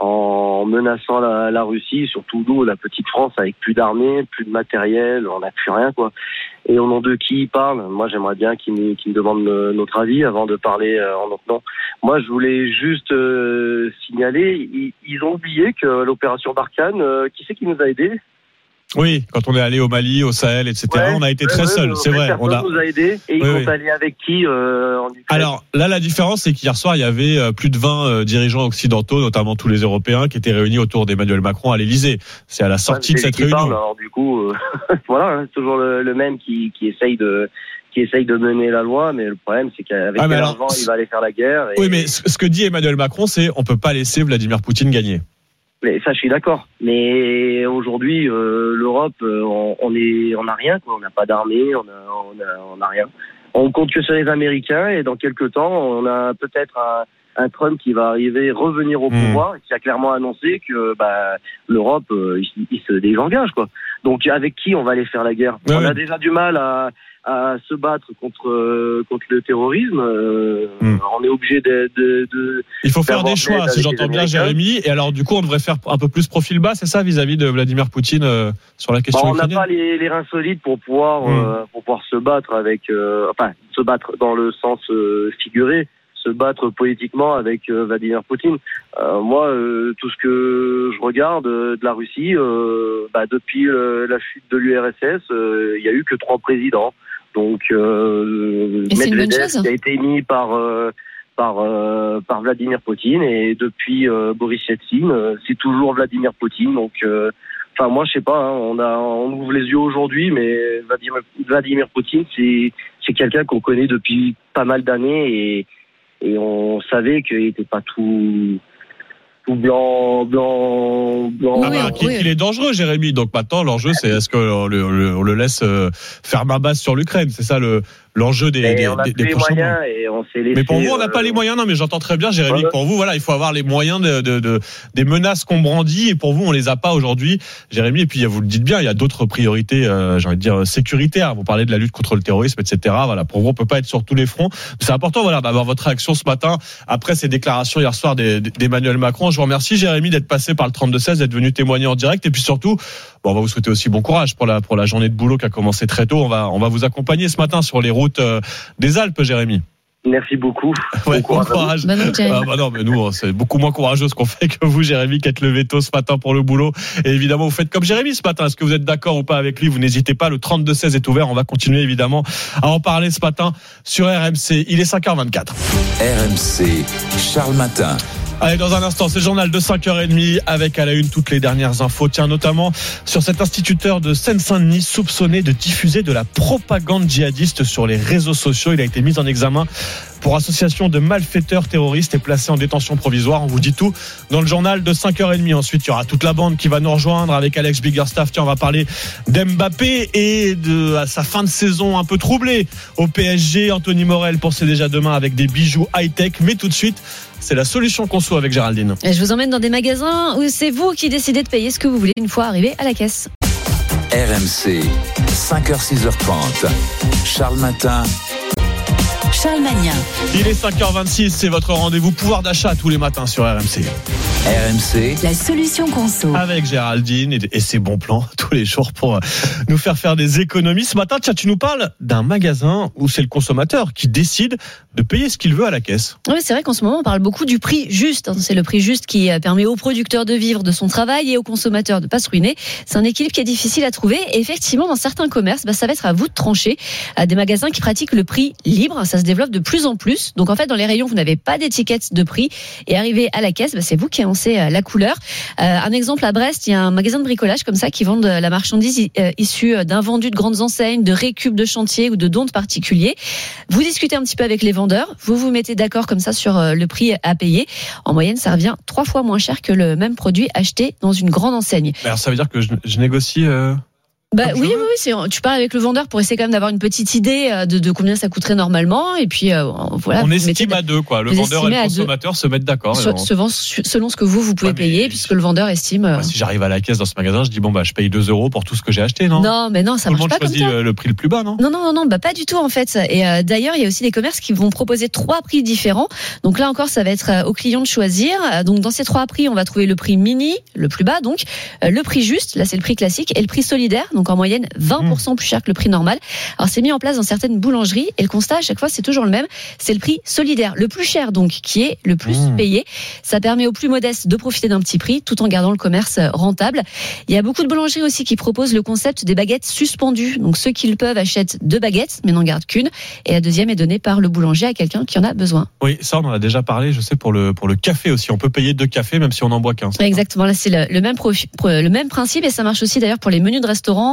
en menaçant la, la Russie, surtout nous, la petite France, avec plus d'armée, plus de matériel, on n'a plus rien, quoi. Et au nom de qui ils parlent? Moi, j'aimerais bien qu'ils me, qu'ils me demandent le, notre avis avant de parler euh, en notre nom. Moi, je voulais juste euh, signaler, ils, ils ont oublié que l'opération Barkhane, euh, qui c'est qui nous a aidés? Oui, quand on est allé au Mali, au Sahel, et cetera, ouais, on a été ouais, très ouais, seuls, ouais, c'est vrai. On a... nous a aidés et ils oui, sont oui. allés avec qui euh, en Ukraine? Alors là, la différence, c'est qu'hier soir, il y avait plus de vingt euh, dirigeants occidentaux, notamment tous les Européens, qui étaient réunis autour d'Emmanuel Macron à l'Élysée. C'est à la sortie ouais, de cette réunion. Parle, alors du coup, euh, voilà, hein, c'est toujours le, le même qui, qui essaye de... qui essaye de mener la loi, mais le problème, c'est qu'avec ah, l'argent, il va aller faire la guerre. Et... Oui, mais ce que dit Emmanuel Macron, c'est on peut pas laisser Vladimir Poutine gagner. Mais ça, je suis d'accord. Mais aujourd'hui, euh, l'Europe, euh, on, on est, on n'a rien, quoi. On n'a pas d'armée, on a, on a, on a rien. On compte que sur les Américains et dans quelques temps, on a peut-être un, un Trump qui va arriver, revenir au pouvoir, mmh. qui a clairement annoncé que bah, l'Europe, euh, il, il se désengage, quoi. Donc avec qui on va aller faire la guerre? ouais, On a déjà du mal à, à se battre contre euh, contre le terrorisme. Euh, mmh. On est obligé de, de, de il faut faire des choix, si j'entends bien, Jérémy. Et alors du coup, on devrait faire un peu plus profil bas, c'est ça, vis-à-vis de Vladimir Poutine euh, sur la question. Bah, on ukrainienne. n'a pas les, les reins solides pour pouvoir mmh. euh, pour pouvoir se battre avec, euh, enfin, se battre dans le sens euh, figuré. Se battre politiquement avec euh, Vladimir Poutine. Euh, moi, euh, tout ce que je regarde euh, de la Russie, euh, bah, depuis euh, la chute de l'U R S S, il euh, y a eu que trois présidents. Donc, euh, Medvedev qui a été mis par euh, par euh, par Vladimir Poutine, et depuis euh, Boris Yeltsin, euh, c'est toujours Vladimir Poutine. Donc, euh, enfin, moi, je sais pas. Hein, on a on ouvre les yeux aujourd'hui, mais Vladimir, Vladimir Poutine, c'est c'est quelqu'un qu'on connaît depuis pas mal d'années, et Et on savait qu'il n'était pas tout, tout blanc, blanc, blanc. Ah bah, qu'il, qu'il est dangereux, Jérémy. Donc maintenant, l'enjeu, c'est est-ce qu'on le, le, on le laisse faire main basse sur l'Ukraine? C'est ça le, l'enjeu des, des, on a des, des les prochains moyens mois. Et on s'est laissé, mais pour vous, on n'a euh, pas les moyens. Non, mais j'entends très bien, Jérémy. Ouais. Pour vous, voilà, il faut avoir les moyens de, de, de, des menaces qu'on brandit. Et pour vous, on les a pas aujourd'hui, Jérémy. Et puis, vous le dites bien, il y a d'autres priorités, euh, j'ai envie de dire, sécuritaires. Vous parlez de la lutte contre le terrorisme, et cetera. Voilà, pour vous, on peut pas être sur tous les fronts. C'est important, voilà, d'avoir votre réaction ce matin après ces déclarations hier soir d'Emmanuel Macron. Je vous remercie, Jérémy, d'être passé par le trente-deux seize, d'être venu témoigner en direct. Et puis surtout, bon, on va vous souhaiter aussi bon courage pour la, pour la journée de boulot qui a commencé très tôt. On va, on va vous accompagner ce matin sur les routes euh, des Alpes, Jérémy. Merci beaucoup. Ouais, bon courage. Bon courage. Bah non, ah bah non, mais nous, c'est beaucoup moins courageux ce qu'on fait que vous, Jérémy, qui êtes levé tôt ce matin pour le boulot. Et évidemment, vous faites comme Jérémy ce matin. Est-ce que vous êtes d'accord ou pas avec lui? Vous n'hésitez pas. Le trente-deux seize est ouvert. On va continuer évidemment à en parler ce matin sur R M C. Il est cinq heures vingt-quatre. R M C, Charles Matin. Allez, dans un instant, c'est le journal de cinq heures trente avec à la une toutes les dernières infos. Tiens, notamment sur cet instituteur de Seine-Saint-Denis soupçonné de diffuser de la propagande djihadiste sur les réseaux sociaux. Il a été mis en examen pour association de malfaiteurs terroristes et placé en détention provisoire. On vous dit tout dans le journal de cinq heures trente. Ensuite, il y aura toute la bande qui va nous rejoindre avec Alex Biggerstaff. Tiens, on va parler d'Mbappé et de à sa fin de saison un peu troublée au P S G. Anthony Morel pensait déjà demain avec des bijoux high-tech. Mais tout de suite, c'est la solution conso avec Géraldine. Et je vous emmène dans des magasins où c'est vous qui décidez de payer ce que vous voulez une fois arrivé à la caisse. R M C, cinq heures six heures trente. Charles Matin. Charles Magnin. Il est cinq heures vingt-six, c'est votre rendez-vous pouvoir d'achat tous les matins sur R M C. R M C, la solution conso. Avec Géraldine et, et ses bons plans tous les jours pour nous faire faire des économies. Ce matin, tiens, tu nous parles d'un magasin où c'est le consommateur qui décide de payer ce qu'il veut à la caisse. Oui, c'est vrai qu'en ce moment, on parle beaucoup du prix juste. C'est le prix juste qui permet au producteur de vivre de son travail et au consommateur de ne pas se ruiner. C'est un équilibre qui est difficile à trouver. Et effectivement, dans certains commerces, bah, ça va être à vous de trancher. À des magasins qui pratiquent le prix libre, ça se développe de plus en plus. Donc en fait, dans les rayons, vous n'avez pas d'étiquette de prix. Et arrivé à la caisse, bah, c'est vous qui annoncez la couleur. Euh, un exemple à Brest, il y a un magasin de bricolage comme ça qui vend de la marchandise euh, issue d'un vendu de grandes enseignes, de récup de chantier ou de dons de particuliers. Vous discutez un petit peu avec les vendeurs, vous vous mettez d'accord comme ça sur euh, le prix à payer. En moyenne, ça revient trois fois moins cher que le même produit acheté dans une grande enseigne. Alors ça veut dire que je, je négocie... Euh... Bah oui, oui, oui, c'est, tu parles avec le vendeur pour essayer quand même d'avoir une petite idée de, de combien ça coûterait normalement, et puis euh, voilà. On estime à deux, quoi. Le vendeur et le consommateur se mettent d'accord. Se, se vend selon ce que vous, vous pouvez ouais, payer, puisque le vendeur estime. Moi, si j'arrive à la caisse dans ce magasin, je dis bon bah je paye deux euros pour tout ce que j'ai acheté, non? Non, mais non, ça marche pas comme ça. Tout le monde choisit le prix le plus bas, non? Non, non, non, bah pas du tout en fait. Et euh, d'ailleurs, il y a aussi des commerces qui vont proposer trois prix différents. Donc là encore, ça va être euh, au client de choisir. Donc dans ces trois prix, on va trouver le prix mini, le plus bas, donc euh, le prix juste, là c'est le prix classique, et le prix solidaire, donc en moyenne vingt pour cent plus cher que le prix normal. Alors c'est mis en place dans certaines boulangeries et le constat à chaque fois c'est toujours le même, c'est le prix solidaire, le plus cher donc qui est le plus mmh. payé. Ça permet aux plus modestes de profiter d'un petit prix tout en gardant le commerce rentable. Il y a beaucoup de boulangeries aussi qui proposent le concept des baguettes suspendues. Donc ceux qui le peuvent achètent deux baguettes mais n'en gardent qu'une, et la deuxième est donnée par le boulanger à quelqu'un qui en a besoin. Oui, ça on en a déjà parlé, je sais pour le pour le café aussi, on peut payer deux cafés même si on en boit qu'un. Exactement, là c'est le, le même profi, le même principe, et ça marche aussi d'ailleurs pour les menus de restaurant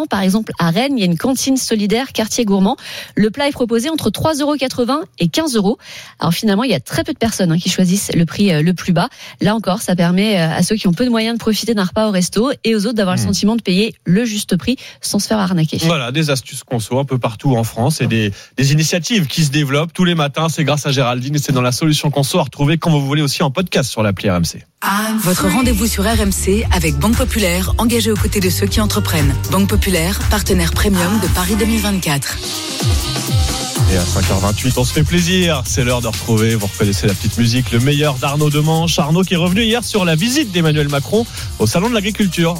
restaurants. Par exemple, à Rennes, il y a une cantine solidaire quartier gourmand. Le plat est proposé entre trois euros quatre-vingts et quinze euros. Alors finalement, il y a très peu de personnes hein, qui choisissent le prix euh, le plus bas. Là encore, ça permet euh, à ceux qui ont peu de moyens de profiter d'un repas au resto et aux autres d'avoir mmh. le sentiment de payer le juste prix sans se faire arnaquer. Voilà, des astuces conso un peu partout en France et des, des initiatives qui se développent tous les matins. C'est grâce à Géraldine et c'est dans la solution conso à retrouver quand vous voulez aussi en podcast sur l'appli R M C. Votre rendez-vous sur R M C avec Banque Populaire, engagée aux côtés de ceux qui entreprennent. Banque Populaire, partenaire premium de Paris deux mille vingt-quatre. Et à cinq heures vingt-huit, on se fait plaisir. C'est l'heure de retrouver, vous reconnaissez la petite musique, le meilleur d'Arnaud Demanche. Arnaud qui est revenu hier sur la visite d'Emmanuel Macron au Salon de l'Agriculture.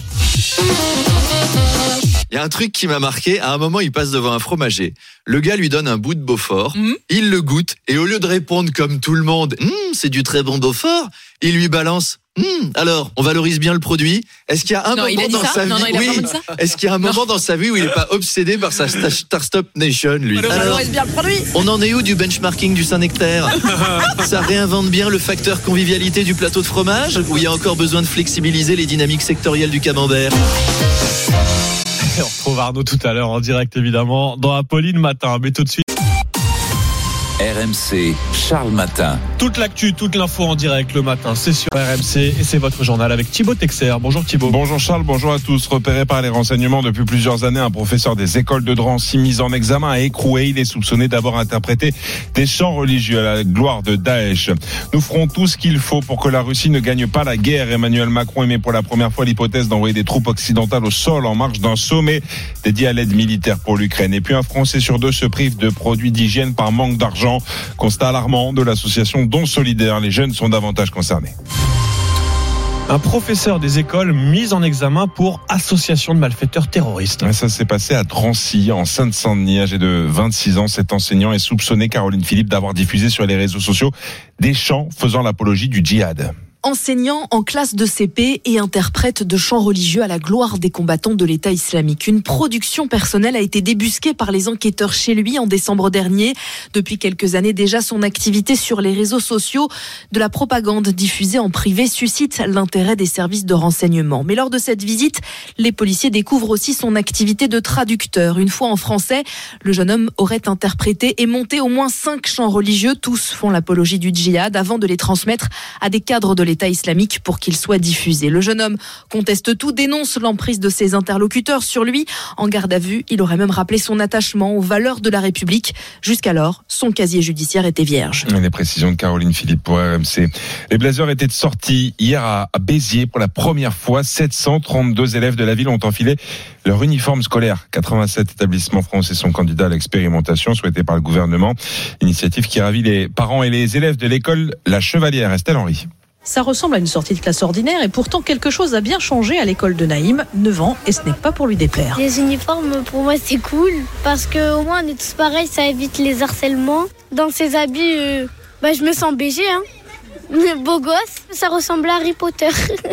Il y a un truc qui m'a marqué. À un moment, il passe devant un fromager. Le gars lui donne un bout de Beaufort. Mmh. Il le goûte. Et au lieu de répondre comme tout le monde, mmh, c'est du très bon Beaufort, il lui balance. Mmh, alors, on valorise bien le produit. Est-ce qu'il y a un non, moment dans sa non, vie, non, il a oui. pas dit ça Est-ce qu'il y a un moment non. dans sa vie où il n'est pas obsédé par sa Start-up Nation, lui? On valorise bien le produit. On en est où du benchmarking du Saint-Nectaire? Ça réinvente bien le facteur convivialité du plateau de fromage, où il y a encore besoin de flexibiliser les dynamiques sectorielles du camembert? Et on retrouve Arnaud tout à l'heure en direct évidemment dans Apolline Matin, mais tout de suite R M C, Charles Matin. Toute l'actu, toute l'info en direct le matin, c'est sur R M C et c'est votre journal avec Thibaut Texer. Bonjour Thibaut. Bonjour Charles, bonjour à tous. Repéré par les renseignements depuis plusieurs années, un professeur des écoles de Drancy mis en examen à Écroué. Il est soupçonné d'avoir interprété des chants religieux à la gloire de Daesh. Nous ferons tout ce qu'il faut pour que la Russie ne gagne pas la guerre. Emmanuel Macron émet pour la première fois l'hypothèse d'envoyer des troupes occidentales au sol en marge d'un sommet dédié à l'aide militaire pour l'Ukraine. Et puis un Français sur deux se prive de produits d'hygiène par manque d'argent. Constat alarmant de l'association Don Solidaire. Les jeunes sont davantage concernés. Un professeur des écoles mis en examen pour association de malfaiteurs terroristes. Ça s'est passé à Drancy, en Seine-Saint-Denis, âgé de vingt-six ans. Cet enseignant est soupçonné, Caroline Philippe, d'avoir diffusé sur les réseaux sociaux des chants faisant l'apologie du djihad. Enseignant en classe de C P et interprète de chants religieux à la gloire des combattants de l'État islamique. Une production personnelle a été débusquée par les enquêteurs chez lui en décembre dernier. Depuis quelques années déjà, son activité sur les réseaux sociaux de la propagande diffusée en privé suscite l'intérêt des services de renseignement. Mais lors de cette visite, les policiers découvrent aussi son activité de traducteur. Une fois en français, le jeune homme aurait interprété et monté au moins cinq chants religieux. Tous font l'apologie du djihad avant de les transmettre à des cadres de l'État l'État islamique pour qu'il soit diffusé. Le jeune homme conteste tout, dénonce l'emprise de ses interlocuteurs sur lui. En garde à vue, il aurait même rappelé son attachement aux valeurs de la République. Jusqu'alors, son casier judiciaire était vierge. Les précisions de Caroline Philippe pour R M C. Les Blazers étaient sortis hier à Béziers pour la première fois. sept cent trente-deux élèves de la ville ont enfilé leur uniforme scolaire. quatre-vingt-sept établissements français sont candidats à l'expérimentation souhaitée par le gouvernement. Initiative qui ravit les parents et les élèves de l'école La Chevalière. Estelle Henry. Ça ressemble à une sortie de classe ordinaire et pourtant quelque chose a bien changé à l'école de Naïm, neuf ans, et ce n'est pas pour lui déplaire. Les uniformes, pour moi, c'est cool parce qu'au moins on est tous pareils, ça évite les harcèlements. Dans ces habits, euh, bah, je me sens B G, hein. Beau gosse, ça ressemble à Harry Potter.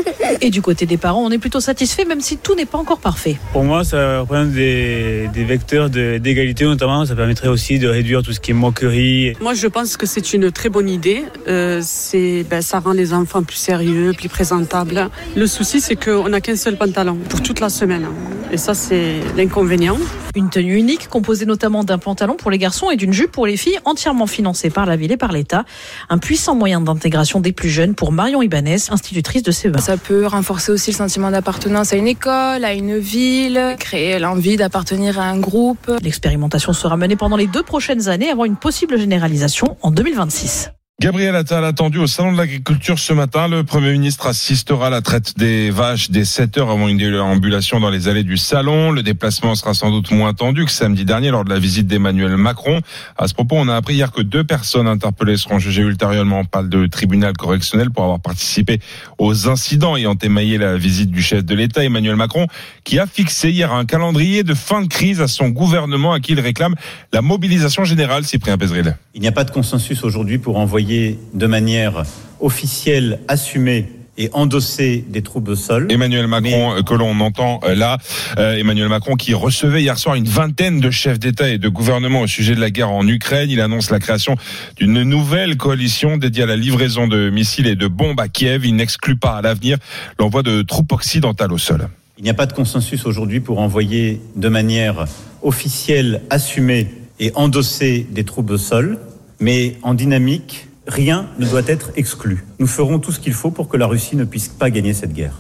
Et du côté des parents, on est plutôt satisfait, même si tout n'est pas encore parfait. Pour moi, ça représente des, des vecteurs de, d'égalité, notamment. Ça permettrait aussi de réduire tout ce qui est moquerie. Moi, je pense que c'est une très bonne idée. Euh, c'est, ben, ça rend les enfants plus sérieux, plus présentables. Le souci, c'est qu'on n'a qu'un seul pantalon pour toute la semaine. Et ça, c'est l'inconvénient. Une tenue unique, composée notamment d'un pantalon pour les garçons et d'une jupe pour les filles, entièrement financée par la ville et par l'État. Un puissant moyen d'intégration des plus jeunes pour Marion Ibanez, institutrice de C E A. Ça peut renforcer aussi le sentiment d'appartenance à une école, à une ville, créer l'envie d'appartenir à un groupe. L'expérimentation sera menée pendant les deux prochaines années avant une possible généralisation en deux mille vingt-six. Gabriel Attal attendu au Salon de l'Agriculture ce matin. Le Premier ministre assistera à la traite des vaches dès sept heures avant une déambulation dans les allées du Salon. Le déplacement sera sans doute moins tendu que samedi dernier lors de la visite d'Emmanuel Macron. À ce propos, on a appris hier que deux personnes interpellées seront jugées ultérieurement par le tribunal correctionnel pour avoir participé aux incidents ayant émaillé la visite du chef de l'État, Emmanuel Macron, qui a fixé hier un calendrier de fin de crise à son gouvernement à qui il réclame la mobilisation générale. Cyprien Pézeril. Il n'y a pas de consensus aujourd'hui pour envoyer de manière officielle, assumée et endosser des troupes au sol. Emmanuel Macron, mais... que l'on entend là, euh, Emmanuel Macron qui recevait hier soir une vingtaine de chefs d'État et de gouvernement au sujet de la guerre en Ukraine. Il annonce la création d'une nouvelle coalition dédiée à la livraison de missiles et de bombes à Kiev. Il n'exclut pas à l'avenir l'envoi de troupes occidentales au sol. Il n'y a pas de consensus aujourd'hui pour envoyer de manière officielle, assumée et endossée des troupes au sol, mais en dynamique, rien ne doit être exclu. Nous ferons tout ce qu'il faut pour que la Russie ne puisse pas gagner cette guerre.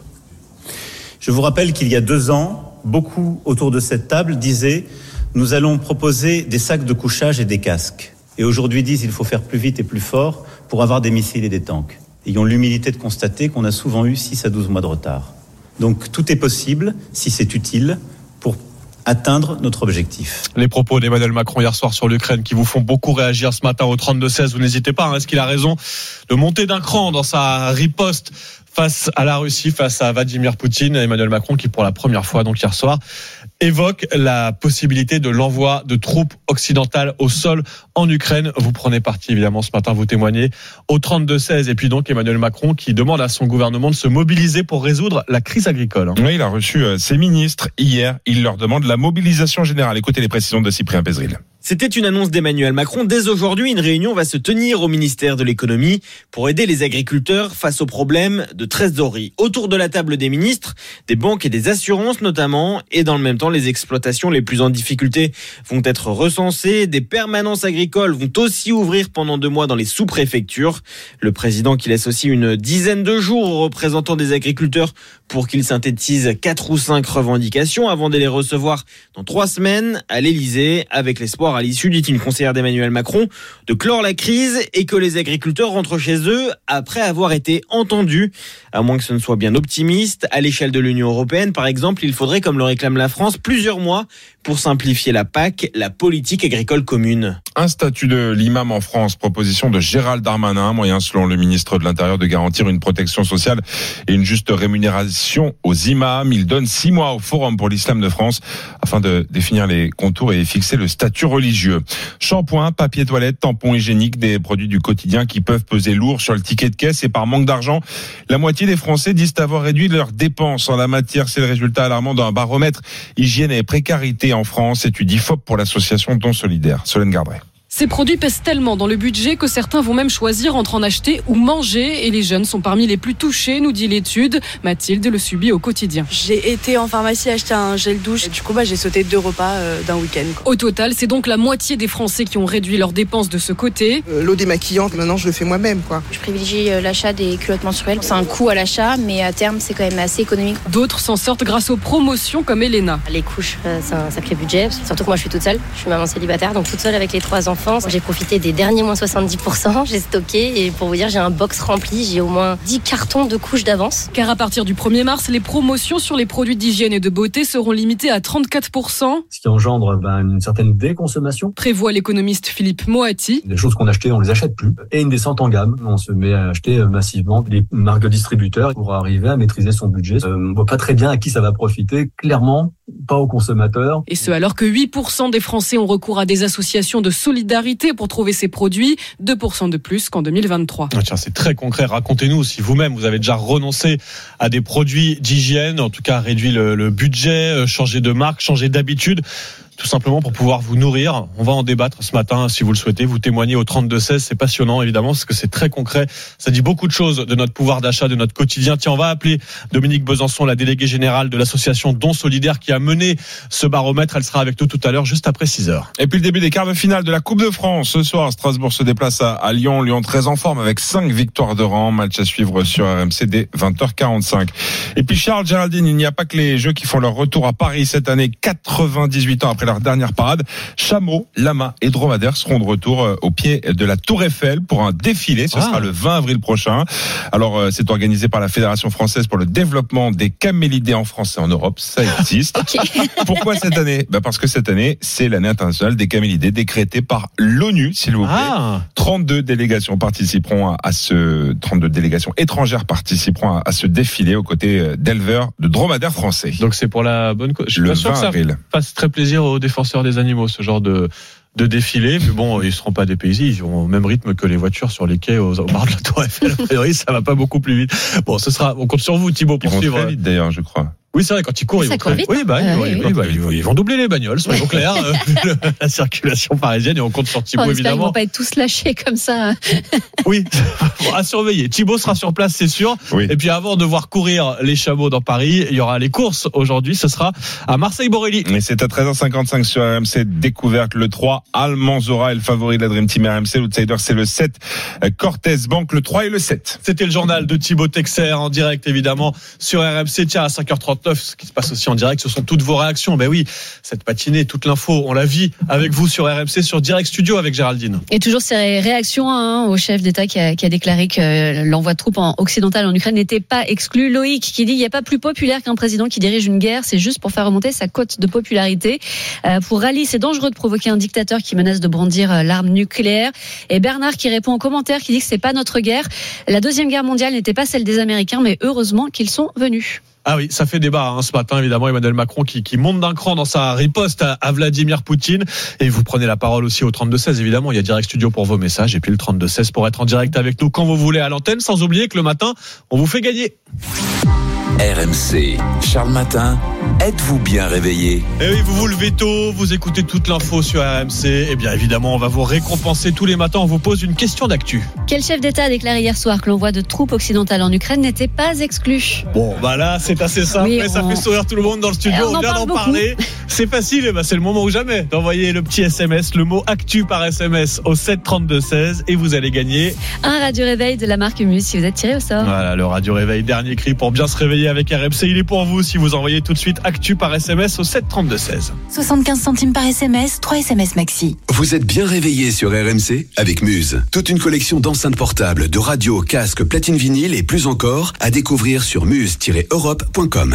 Je vous rappelle qu'il y a deux ans, beaucoup autour de cette table disaient « Nous allons proposer des sacs de couchage et des casques ». Et aujourd'hui disent « Il faut faire plus vite et plus fort pour avoir des missiles et des tanks ». Ayons l'humilité de constater qu'on a souvent eu six à douze mois de retard. Donc tout est possible, si c'est utile, pour atteindre notre objectif. Les propos d'Emmanuel Macron hier soir sur l'Ukraine qui vous font beaucoup réagir ce matin au trente-deux seize. Vous n'hésitez pas, hein, est-ce qu'il a raison de monter d'un cran dans sa riposte face à la Russie, face à Vladimir Poutine? Emmanuel Macron qui, pour la première fois, donc hier soir, évoque la possibilité de l'envoi de troupes occidentales au sol en Ukraine. Vous prenez parti, évidemment, ce matin, vous témoignez au trente-deux seize. Et puis donc, Emmanuel Macron qui demande à son gouvernement de se mobiliser pour résoudre la crise agricole. Oui, il a reçu ses ministres hier. Il leur demande la mobilisation générale. Écoutez les précisions de Cyprien Pézril. C'était une annonce d'Emmanuel Macron. Dès aujourd'hui, une réunion va se tenir au ministère de l'économie pour aider les agriculteurs face aux problèmes de trésorerie. Autour de la table des ministres, des banques et des assurances notamment, et dans le même temps, les exploitations les plus en difficulté vont être recensées. Des permanences agricoles vont aussi ouvrir pendant deux mois dans les sous-préfectures. Le président qui laisse aussi une dizaine de jours aux représentants des agriculteurs pour qu'ils synthétisent quatre ou cinq revendications avant de les recevoir dans trois semaines à l'Élysée, avec l'espoir à l'issue, dit une conseillère d'Emmanuel Macron, de clore la crise et que les agriculteurs rentrent chez eux après avoir été entendus. À moins que ce ne soit bien optimiste, à l'échelle de l'Union européenne, par exemple, il faudrait, comme le réclame la France, plusieurs mois pour simplifier la P A C, la politique agricole commune. Un statut de l'imam en France, proposition de Gérald Darmanin, moyen selon le ministre de l'Intérieur de garantir une protection sociale et une juste rémunération aux imams. Il donne six mois au Forum pour l'Islam de France afin de définir les contours et fixer le statut religieux. Shampoing, papier toilette, tampons hygiéniques, des produits du quotidien qui peuvent peser lourd sur le ticket de caisse, et par manque d'argent, la moitié des Français disent avoir réduit leurs dépenses en la matière. C'est le résultat alarmant d'un baromètre hygiène et précarité en France, étudie F O P pour l'association Don Solidaire. Solène Gardret. Ces produits pèsent tellement dans le budget que certains vont même choisir entre en acheter ou manger. Et les jeunes sont parmi les plus touchés, nous dit l'étude. Mathilde le subit au quotidien. J'ai été en pharmacie acheter un gel douche. Et du coup, bah, j'ai sauté deux repas euh, d'un week-end. Au total, c'est donc la moitié des Français qui ont réduit leurs dépenses de ce côté. Euh, l'eau démaquillante, maintenant, je le fais moi-même, quoi. Je privilégie l'achat des culottes menstruelles. C'est un coût à l'achat, mais à terme, c'est quand même assez économique. D'autres s'en sortent grâce aux promotions comme Elena. Les couches, euh, c'est un sacré budget. Surtout que moi, je suis toute seule. Je suis maman célibataire, donc toute seule avec les trois enfants. J'ai profité des derniers moins soixante-dix pour cent, j'ai stocké et pour vous dire, j'ai un box rempli, j'ai au moins dix cartons de couches d'avance. Car à partir du premier mars, les promotions sur les produits d'hygiène et de beauté seront limitées à trente-quatre pour cent. Ce qui engendre ben, une certaine déconsommation. Prévoit l'économiste Philippe Moati. Des choses qu'on achetait, on les achète plus. Et une descente en gamme. On se met à acheter massivement des marques de distributeurs pour arriver à maîtriser son budget. Euh, on ne voit pas très bien à qui ça va profiter. Clairement, pas aux consommateurs. Et ce, alors que huit pour cent des Français ont recours à des associations de solidarité pour trouver ces produits, deux pour cent de plus qu'en deux mille vingt-trois. Ah tiens, c'est très concret. Racontez-nous si vous-même, vous avez déjà renoncé à des produits d'hygiène, en tout cas réduit le, le budget, changé de marque, changé d'habitude, tout simplement pour pouvoir vous nourrir. On va en débattre ce matin, si vous le souhaitez. Vous témoignez au trente-deux seize. C'est passionnant, évidemment, parce que c'est très concret. Ça dit beaucoup de choses de notre pouvoir d'achat, de notre quotidien. Tiens, on va appeler Dominique Besançon, la déléguée générale de l'association Don Solidaire, qui a mené ce baromètre. Elle sera avec nous tout à l'heure, juste après six heures. Et puis le début des quarts de finale de la Coupe de France. Ce soir, Strasbourg se déplace à, à Lyon. Lyon très en forme avec cinq victoires de rang. Match à suivre sur R M C dès vingt heures quarante-cinq. Et puis Charles, Géraldine, il n'y a pas que les Jeux qui font leur retour à Paris cette année, quatre-vingt-dix-huit ans après leur dernière parade. Chameaux, lamas et dromadaires seront de retour au pied de la Tour Eiffel pour un défilé. Ce ah. sera le vingt avril prochain. Alors, c'est organisé par la Fédération française pour le développement des camélidés en France et en Europe. Ça existe. Okay. Pourquoi cette année? Ben parce que cette année, c'est l'année internationale des camélidés décrétée par l'ONU, s'il vous plaît. Ah. trente-deux délégations participeront à, à ce, trente-deux délégations étrangères participeront à, à ce défilé aux côtés d'éleveurs de dromadaires français. Donc c'est pour la bonne cause. Je suis le pas sûr vingt que ça avril. Fasse très plaisir aux défenseurs des animaux, ce genre de de défiler, mais bon, ils seront pas dépaysés, ils ont au même rythme que les voitures sur les quais au, au bar de la Tour Eiffel. A priori, ça va pas beaucoup plus vite. Bon, ce sera, on compte sur vous, Thibaut, pour ils vont suivre. Très vite d'ailleurs, je crois. Oui, c'est vrai, quand ils courent, ça ils vont très vite. Oui, bah, euh, oui, oui, oui, bah, ils, vont, ils vont doubler les bagnoles, soyons clairs. euh, la circulation parisienne, et on compte sur Thibaut, oh, évidemment. Ils évidemment. vont pas être tous lâchés comme ça. Oui, bon, à surveiller. Thibaut sera sur place, c'est sûr. Oui. Et puis avant de voir courir les chameaux dans Paris, il y aura les courses aujourd'hui. Ce sera à Marseille-Borelli. Et c'est à treize heures cinquante-cinq sur R M C. Découverte le trois. Almanzora est le favori de la Dream Team R M C. L'outsider, c'est le sept. Cortez Bank, le trois et le sept. C'était le journal de Thibaut Texer en direct, évidemment, sur R M C. Tiens, à cinq heures trente-neuf, ce qui se passe aussi en direct, ce sont toutes vos réactions. Ben oui, cette matinée, toute l'info, on la vit avec vous sur R M C, sur Direct Studio avec Géraldine. Et toujours ces réactions hein, au chef d'État qui a, qui a déclaré que l'envoi de troupes en occidentales en Ukraine n'était pas exclu. Loïc qui dit il n'y a pas plus populaire qu'un président qui dirige une guerre, c'est juste pour faire remonter sa cote de popularité. Euh, pour Rally, c'est dangereux de provoquer un dictateur qui menace de brandir euh, l'arme nucléaire. Et Bernard qui répond en commentaire, qui dit que c'est pas notre guerre. La deuxième guerre mondiale n'était pas celle des Américains, mais heureusement qu'ils sont venus. Ah oui, ça fait débat hein, ce matin, évidemment, Emmanuel Macron qui, qui monte d'un cran dans sa riposte à, à Vladimir Poutine. Et vous prenez la parole aussi au trente-deux seize, évidemment. Il y a Direct Studio pour vos messages et puis le trente-deux seize pour être en direct avec nous quand vous voulez à l'antenne. Sans oublier que le matin, on vous fait gagner. R M C, Charles Matin, êtes-vous bien réveillé? Eh oui, vous vous levez tôt, vous écoutez toute l'info sur R M C. Eh bien, évidemment, on va vous récompenser tous les matins. On vous pose une question d'actu. Quel chef d'État a déclaré hier soir que l'envoi de troupes occidentales en Ukraine n'était pas exclu? Bon, bah là, c'est assez simple. Oui, et ça on... fait sourire tout le monde dans le studio. on, on vient d'en parler. C'est facile. Eh ben, c'est le moment ou jamais d'envoyer le petit S M S, le mot actu par S M S au sept trente-deux seize et vous allez gagner un radio réveil de la marque Muse si vous êtes tiré au sort. Voilà, le radio réveil, dernier cri pour bien se réveiller avec R M C. Il est pour vous si vous envoyez tout de suite actu par S M S au sept trente-deux seize. soixante-quinze centimes par S M S, trois S M S maxi. Vous êtes bien réveillé sur R M C avec Muse. Toute une collection d'enceintes portables, de radios, casques, platines vinyles et plus encore à découvrir sur muse tiret europe point com.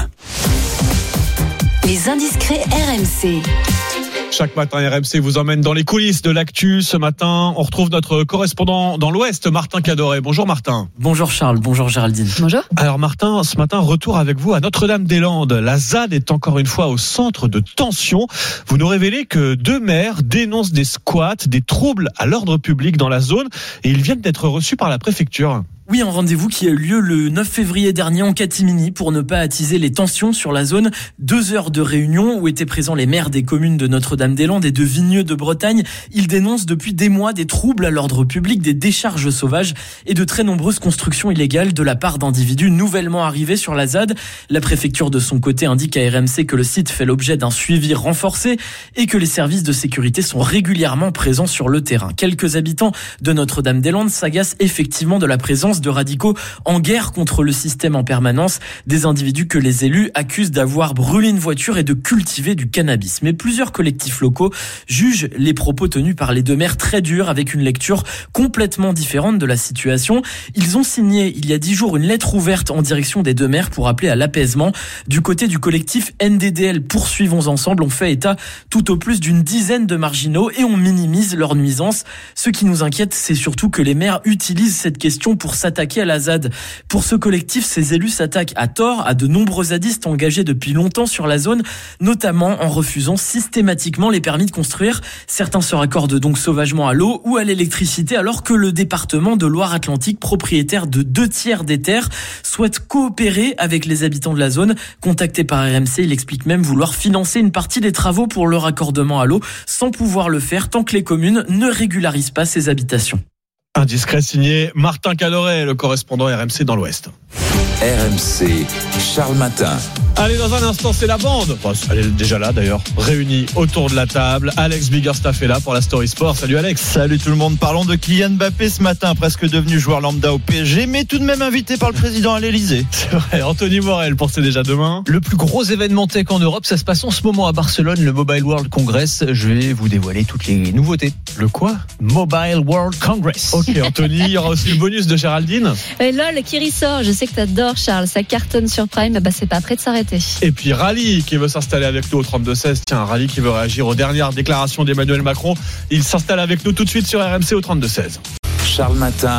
Les indiscrets R M C. Chaque matin, R M C vous emmène dans les coulisses de l'actu. Ce matin, on retrouve notre correspondant dans l'Ouest, Martin Cadoret. Bonjour Martin. Bonjour Charles, bonjour Géraldine. Bonjour. Alors Martin, ce matin, retour avec vous à Notre-Dame-des-Landes. La Z A D est encore une fois au centre de tension. Vous nous révélez que deux maires dénoncent des squats, des troubles à l'ordre public dans la zone et ils viennent d'être reçus par la préfecture. Oui, un rendez-vous qui a eu lieu le neuf février dernier en catimini pour ne pas attiser les tensions sur la zone. Deux heures de réunion où étaient présents les maires des communes de Notre-Dame-des-Landes et de Vigneux de Bretagne. Ils dénoncent depuis des mois des troubles à l'ordre public, des décharges sauvages et de très nombreuses constructions illégales de la part d'individus nouvellement arrivés sur la Z A D. La préfecture de son côté indique à R M C que le site fait l'objet d'un suivi renforcé et que les services de sécurité sont régulièrement présents sur le terrain. Quelques habitants de Notre-Dame-des-Landes s'agacent effectivement de la présence de radicaux en guerre contre le système en permanence, des individus que les élus accusent d'avoir brûlé une voiture et de cultiver du cannabis. Mais plusieurs collectifs locaux jugent les propos tenus par les deux maires très durs, avec une lecture complètement différente de la situation. Ils ont signé il y a dix jours une lettre ouverte en direction des deux maires pour appeler à l'apaisement. Du côté du collectif N D D L Poursuivons Ensemble, on fait état tout au plus d'une dizaine de marginaux et on minimise leurs nuisances. Ce qui nous inquiète, c'est surtout que les maires utilisent cette question pour s'attaquer à la Z A D. Pour ce collectif, ces élus s'attaquent à tort à de nombreux zadistes engagés depuis longtemps sur la zone, notamment en refusant systématiquement les permis de construire. Certains se raccordent donc sauvagement à l'eau ou à l'électricité, alors que le département de Loire-Atlantique, propriétaire de deux tiers des terres, souhaite coopérer avec les habitants de la zone. Contacté par R M C, il explique même vouloir financer une partie des travaux pour le raccordement à l'eau, sans pouvoir le faire tant que les communes ne régularisent pas ces habitations. Indiscret signé Martin Cadoret, le correspondant R M C dans l'Ouest. R M C, Charles Matin. Allez, dans un instant, c'est la bande. Bon, elle est déjà là d'ailleurs, réunie autour de la table. Alex Biggerstaff est là pour la Story Sport. Salut Alex. Salut tout le monde. Parlons de Kylian Mbappé ce matin, presque devenu joueur lambda au P S G, mais tout de même invité par le président à l'Elysée. C'est vrai. Anthony Morel, pour c'est déjà demain. Le plus gros événement tech en Europe, ça se passe en ce moment à Barcelone, le Mobile World Congress. Je vais vous dévoiler toutes les nouveautés. Le quoi? Mobile World Congress. Ok Anthony, il y aura aussi le bonus de Géraldine. Et lol, qui ressort, je sais que t'adores Charles, ça cartonne sur Prime, bah c'est pas prêt de s'arrêter. Et puis Rally qui veut s'installer avec nous au trente-deux seize. Tiens, Rally qui veut réagir aux dernières déclarations d'Emmanuel Macron. Il s'installe avec nous tout de suite sur R M C au trente-deux seize. Charles Matin.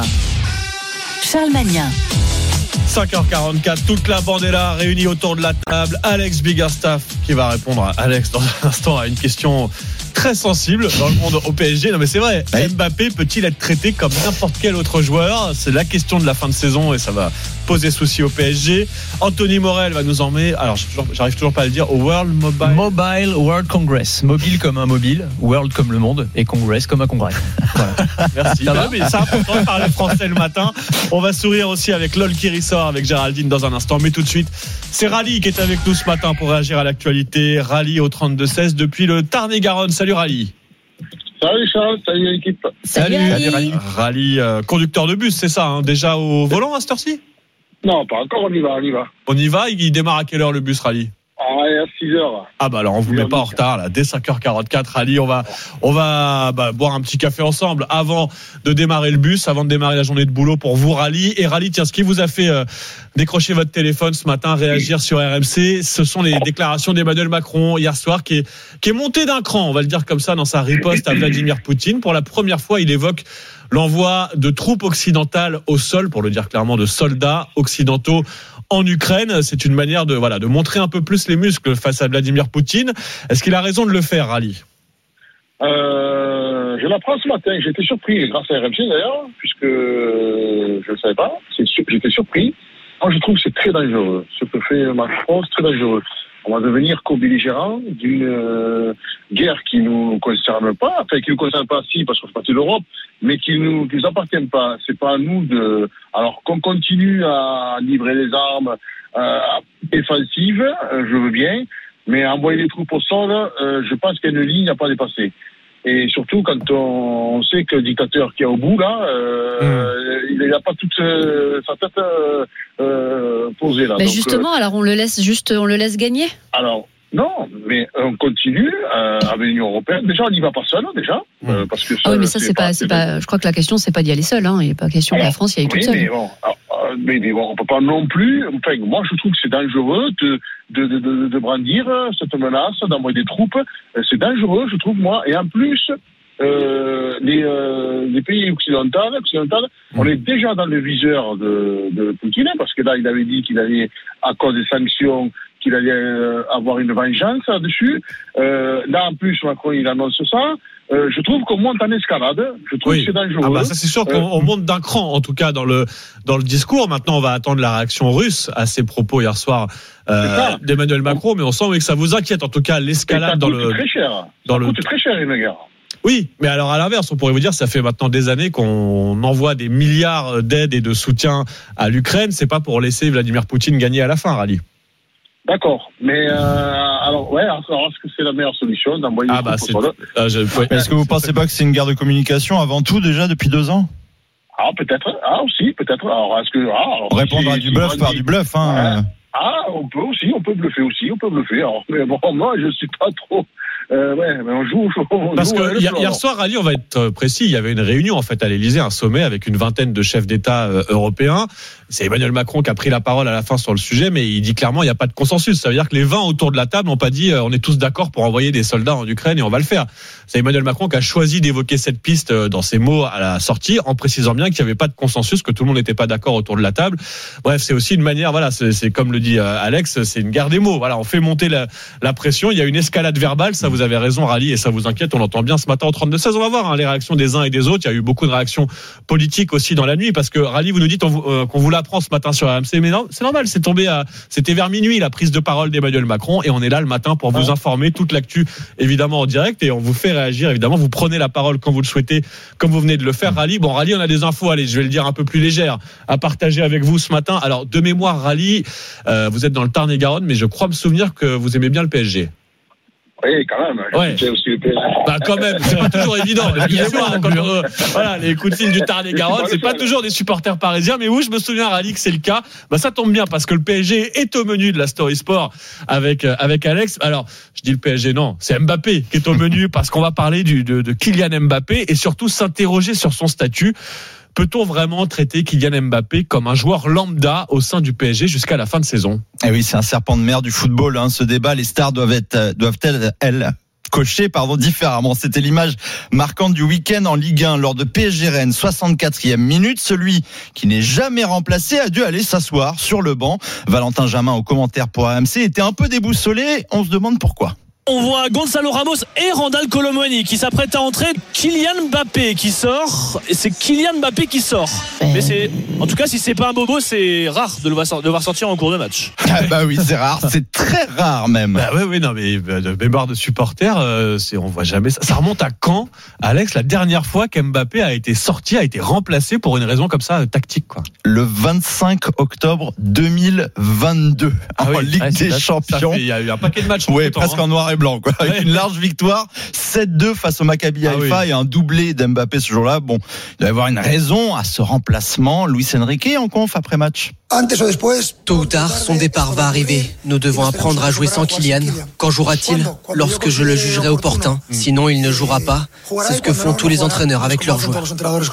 Charles Magnin. cinq heures quarante-quatre, toute la bande est là, réunie autour de la table. Alex Biggerstaff qui va répondre à Alex dans un instant à une question très sensible dans le monde au P S G. Non mais c'est vrai, oui. Mbappé peut-il être traité comme n'importe quel autre joueur? C'est la question de la fin de saison et ça va poser souci au P S G. Anthony Morel va nous emmener, alors j'arrive toujours pas à le dire, au World Mobile Mobile World Congress. Mobile comme un mobile, World comme le monde et Congress comme un congrès. Voilà. Merci. Ça va, mais c'est important de parler français le matin. On va sourire aussi avec Lol qui ressort avec Géraldine dans un instant. Mais tout de suite, c'est Rally qui est avec nous ce matin pour réagir à l'actualité. Rally au trente-deux seize depuis le Tarn-et-Garonne. Salut Rally. Salut Charles, salut l'équipe. Salut, salut Rally. Rally euh, conducteur de bus, c'est ça, hein, déjà au volant à cette heure-ci? Non, pas encore, on y va, on y va. On y va, il démarre à quelle heure le bus Rally? Ah, à six heures. Ah bah alors on vous met pas en retard là, dès cinq heures quarante-quatre Rally, on va on va bah, boire un petit café ensemble avant de démarrer le bus, avant de démarrer la journée de boulot pour vous Rally. Et Rally, tiens, ce qui vous a fait euh, décrocher votre téléphone ce matin, réagir sur R M C, ce sont les déclarations d'Emmanuel Macron hier soir qui est qui est monté d'un cran, on va le dire comme ça, dans sa riposte à Vladimir Poutine. Pour la première fois, il évoque l'envoi de troupes occidentales au sol, pour le dire clairement, de soldats occidentaux en Ukraine. C'est une manière de, voilà, de montrer un peu plus les muscles face à Vladimir Poutine. Est-ce qu'il a raison de le faire, Rally? euh, Je l'apprends ce matin. J'étais surpris, grâce à R M C d'ailleurs, puisque je ne le savais pas. C'est, j'étais surpris. Moi, je trouve que c'est très dangereux. Ce que fait Macron, c'est très dangereux. On va devenir co-belligérant d'une euh, guerre qui nous concerne pas, enfin qui nous concerne pas si parce qu'on fait partie de l'Europe, mais qui nous, qui nous appartient pas. C'est pas à nous de. Alors qu'on continue à livrer les armes euh, défensives, euh, je veux bien, mais envoyer les troupes au sol, euh, je pense qu'il y a une ligne à pas dépasser. Et surtout quand on sait que le dictateur qui est au bout là, euh, mmh. il n'a pas toute euh, sa tête euh, euh, posée là. Mais donc, justement, euh, alors on le laisse juste, on le laisse gagner. Alors non, mais on continue euh, avec l'Union européenne. Déjà, on n'y va pas seul, déjà, euh, parce que ça, ah oui, mais ça c'est, c'est pas, c'est pas. Je crois que la question c'est pas d'y aller seul. Hein. Il n'est pas question alors, que la France y aille oui, toute seule. Mais bon, alors, mais, mais bon, on peut pas non plus. Enfin, moi, je trouve que c'est dangereux de de de, de, de brandir cette menace, d'envoyer des troupes. C'est dangereux, je trouve moi. Et en plus. Euh, les, euh, les pays occidentaux, occidentaux, on est déjà dans le viseur de, de Poutine, parce que là, il avait dit qu'il allait, à cause des sanctions, qu'il allait euh, avoir une vengeance là-dessus. Euh, là, en plus, Macron, il annonce ça. Euh, je trouve qu'on monte en escalade. Je trouve oui. que c'est dangereux. Ah bah ça, c'est sûr qu'on euh, on monte d'un cran, en tout cas, dans le, dans le discours. Maintenant, on va attendre la réaction russe à ces propos hier soir euh, d'Emmanuel Macron, mais on sent oui, que ça vous inquiète, en tout cas, l'escalade dans le. Très cher. Dans ça le... coûte très cher, une guerre. Oui, mais alors à l'inverse, on pourrait vous dire, ça fait maintenant des années qu'on envoie des milliards d'aides et de soutien à l'Ukraine. C'est pas pour laisser Vladimir Poutine gagner à la fin, Rally. D'accord, mais euh, alors ouais, alors est-ce que c'est la meilleure solution d'envoyer ah bah c'est... ah, je... ouais. Est-ce que vous pensez pas que c'est une guerre de communication avant tout déjà depuis deux ans? Ah peut-être, ah aussi peut-être. Alors est-ce que ah, alors, répondre si, à du si bluff par dit... du bluff, hein. Ouais. Ah, on peut aussi, on peut bluffer aussi, on peut bluffer. Alors, mais bon, moi je suis pas trop. Euh, ouais, mais on joue. On Parce joue que hier, hier soir, Rally, on va être précis, il y avait une réunion en fait à l'Élysée, un sommet avec une vingtaine de chefs d'État euh, européens. C'est Emmanuel Macron qui a pris la parole à la fin sur le sujet, mais il dit clairement il n'y a pas de consensus. Ça veut dire que les vingt autour de la table n'ont pas dit euh, on est tous d'accord pour envoyer des soldats en Ukraine et on va le faire. C'est Emmanuel Macron qui a choisi d'évoquer cette piste euh, dans ses mots à la sortie, en précisant bien qu'il n'y avait pas de consensus, que tout le monde n'était pas d'accord autour de la table. Bref, c'est aussi une manière, voilà, c'est, c'est comme le dit euh, Alex, c'est une guerre des mots. Voilà, on fait monter la, la pression. Il y a une escalade verbale, ça vous avez raison, Rally, et ça vous inquiète. On l'entend bien ce matin au trente-deux seize. On va voir hein, les réactions des uns et des autres. Il y a eu beaucoup de réactions politiques aussi dans la nuit, parce que Rally, vous nous dites on vous, euh, qu'on vous l'apprend ce matin sur R M C, mais non, c'est normal. C'est tombé à, c'était vers minuit la prise de parole d'Emmanuel Macron, et on est là le matin pour vous informer toute l'actu, évidemment en direct, et on vous fait réagir. Évidemment, vous prenez la parole quand vous le souhaitez, comme vous venez de le faire, Rally. Bon, Rally, on a des infos. Allez, je vais le dire un peu plus légères à partager avec vous ce matin. Alors, de mémoire, Rally, euh, vous êtes dans le Tarn-et-Garonne, mais je crois me souvenir que vous aimez bien le P S G. Oui, quand même. Ouais. Aussi le P S G. Bah, quand même, c'est pas toujours évident. Excusez-moi, quand on, voilà, les coups de fil du Tarn-et-Garonne, c'est pas toujours des supporters parisiens, mais oui, je me souviens, Rally, que c'est le cas. Bah, ça tombe bien parce que le P S G est au menu de la Story Sport avec, avec Alex. Alors, je dis le P S G, non, c'est Mbappé qui est au menu parce qu'on va parler du, de, de Kylian Mbappé et surtout s'interroger sur son statut. Peut-on vraiment traiter Kylian Mbappé comme un joueur lambda au sein du P S G jusqu'à la fin de saison? Eh oui, c'est un serpent de mer du football, hein, ce débat. Les stars doivent être, doivent-elles, elles, cocher, pardon, différemment. C'était l'image marquante du week-end en Ligue un lors de P S G Rennes, soixante-quatrième minute. Celui qui n'est jamais remplacé a dû aller s'asseoir sur le banc. Valentin Jamin, au commentaire pour R M C, était un peu déboussolé. On se demande pourquoi. On voit Gonzalo Ramos et Randal Kolo Muani qui s'apprêtent à entrer. Kylian Mbappé qui sort. Et c'est Kylian Mbappé qui sort. Mais c'est, en tout cas, si c'est pas un bobo, c'est rare de le voir sortir, de le voir sortir en cours de match. Ah bah oui, c'est rare, c'est très rare même. Bah oui, oui, non, mais de mémoire de supporters, euh, c'est, on voit jamais ça. Ça remonte à quand, Alex, la dernière fois qu'Mbappé a été sorti, a été remplacé pour une raison comme ça, tactique, quoi? Le vingt-cinq octobre deux mille vingt-deux, ah en oui, Ligue ouais, des ça, Champions. Il y a eu un paquet de matchs. Oui, temps, presque hein. en noir et blanc, quoi. Avec ouais. une large victoire, sept deux face au Maccabi Haïfa, ah oui. Et un doublé d'Mbappé ce jour-là. Bon, il doit y avoir une raison à ce remplacement. Luis Enrique en conf après match. Tôt ou tard, son départ va arriver. Nous devons apprendre à jouer sans Kylian. Quand jouera-t-il? Lorsque je le jugerai opportun. Sinon, il ne jouera pas. C'est ce que font tous les entraîneurs avec leurs joueurs.